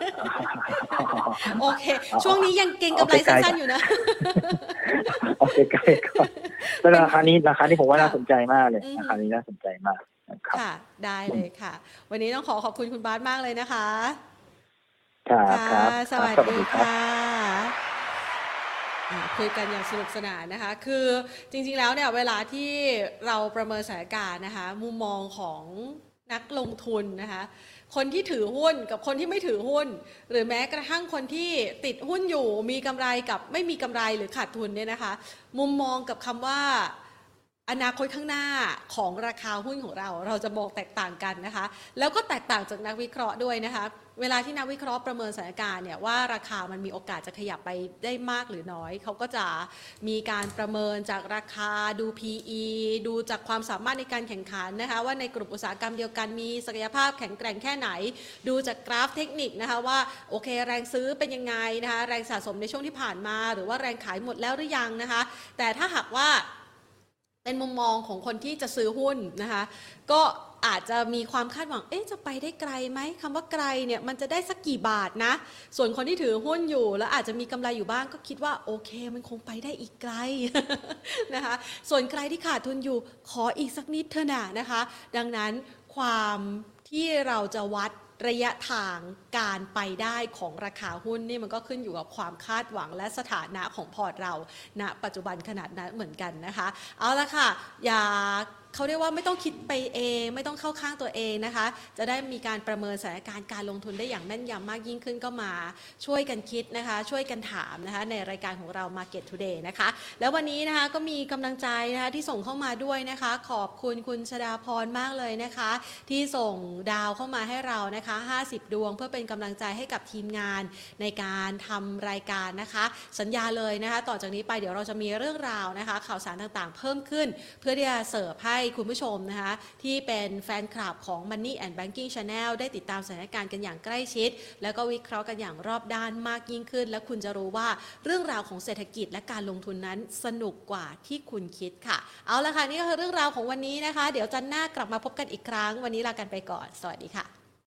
โอเคช่วงนี้ยังเก็งกำไรสั้นๆอยู่นะโอเคใกล้ก่อนแต่ราคานี้ราคานี้ผมว่าน่าสนใจมากเลยราคานี้น่าสนใจมากค่ะได้เลยค่ะวันนี้ต้องขอขอบคุณคุณบาสมากเลยนะคะครับสวัสดีค่ะคุยกันอย่างสนุกสนานนะคะคือจริงๆแล้วเนี่ยเวลาที่เราประเมินสถานการณ์นะคะมุมมองของนักลงทุนนะคะคนที่ถือหุ้นกับคนที่ไม่ถือหุ้นหรือแม้กระทั่งคนที่ติดหุ้นอยู่มีกำไรกับไม่มีกำไรหรือขาดทุนเนี่ยนะคะมุมมองกับคำว่าอนาคตข้างหน้าของราคาหุ้นของเราเราจะมองแตกต่างกันนะคะแล้วก็แตกต่างจากนักวิเคราะห์ด้วยนะคะเวลาที่นักวิเคราะห์ประเมินสถานการณ์เนี่ยว่าราคามันมีโอกาสจะขยับไปได้มากหรือน้อยเขาก็จะมีการประเมินจากราคาดู พี อี ดูจากความสามารถในการแข่งขันนะคะว่าในกลุ่มอุตสาหกรรมเดียวกันมีศักยภาพแข็งแกร่งแค่ไหนดูจากกราฟเทคนิคนะคะว่าโอเคแรงซื้อเป็นยังไงนะคะแรงสะสมในช่วงที่ผ่านมาหรือว่าแรงขายหมดแล้วหรือยังนะคะแต่ถ้าหากว่าเป็นมุมมองของคนที่จะซื้อหุ้นนะคะก็อาจจะมีความคาดหวังเอ๊ะจะไปได้ไกลไหมคำว่าไกลเนี่ยมันจะได้สักกี่บาทนะส่วนคนที่ถือหุ้นอยู่แล้วอาจจะมีกำไรอยู่บ้างก็คิดว่าโอเคมันคงไปได้อีกไกล นะคะส่วนใครที่ขาดทุนอยู่ขออีกสักนิดเถอะนะนะคะดังนั้นความที่เราจะวัดระยะทางการไปได้ของราคาหุ้นนี่มันก็ขึ้นอยู่กับความคาดหวังและสถานะของพอร์ตเราณปัจจุบันขนาดนั้นเหมือนกันนะคะเอาละค่ะอย่าเขาเรียกว่าไม่ต้องคิดไปเองไม่ต้องเข้าข้างตัวเองนะคะจะได้มีการประเมินสถานการณ์การลงทุนได้อย่างแม่นยำมากยิ่งขึ้นก็มาช่วยกันคิดนะคะช่วยกันถามนะคะในรายการของเรา Market Today นะคะแล้ววันนี้นะคะก็มีกำลังใจนะคะที่ส่งเข้ามาด้วยนะคะขอบคุณคุณชฎาพรมากเลยนะคะที่ส่งดาวเข้ามาให้เรานะคะห้าสิบดวงเพื่อเป็นกำลังใจให้กับทีมงานในการทำรายการนะคะสัญญาเลยนะคะต่อจากนี้ไปเดี๋ยวเราจะมีเรื่องราวนะคะข่าวสารต่างๆเพิ่มขึ้นเพื่อที่จะเสิร์ฟให้คุณผู้ชมนะคะที่เป็นแฟนคลับของ Money and Banking Channel ได้ติดตามสถานการณ์กันอย่างใกล้ชิดแล้วก็วิเคราะห์กันอย่างรอบด้านมากยิ่งขึ้นและคุณจะรู้ว่าเรื่องราวของเศรษฐกิจและการลงทุนนั้นสนุกกว่าที่คุณคิดค่ะเอาละค่ะนี่ก็คือเรื่องราวของวันนี้นะคะเดี๋ยวจันทร์หน้ากลับมาพบกันอีกครั้งวันนี้ลากันไปก่อนสวัสดีค่ะ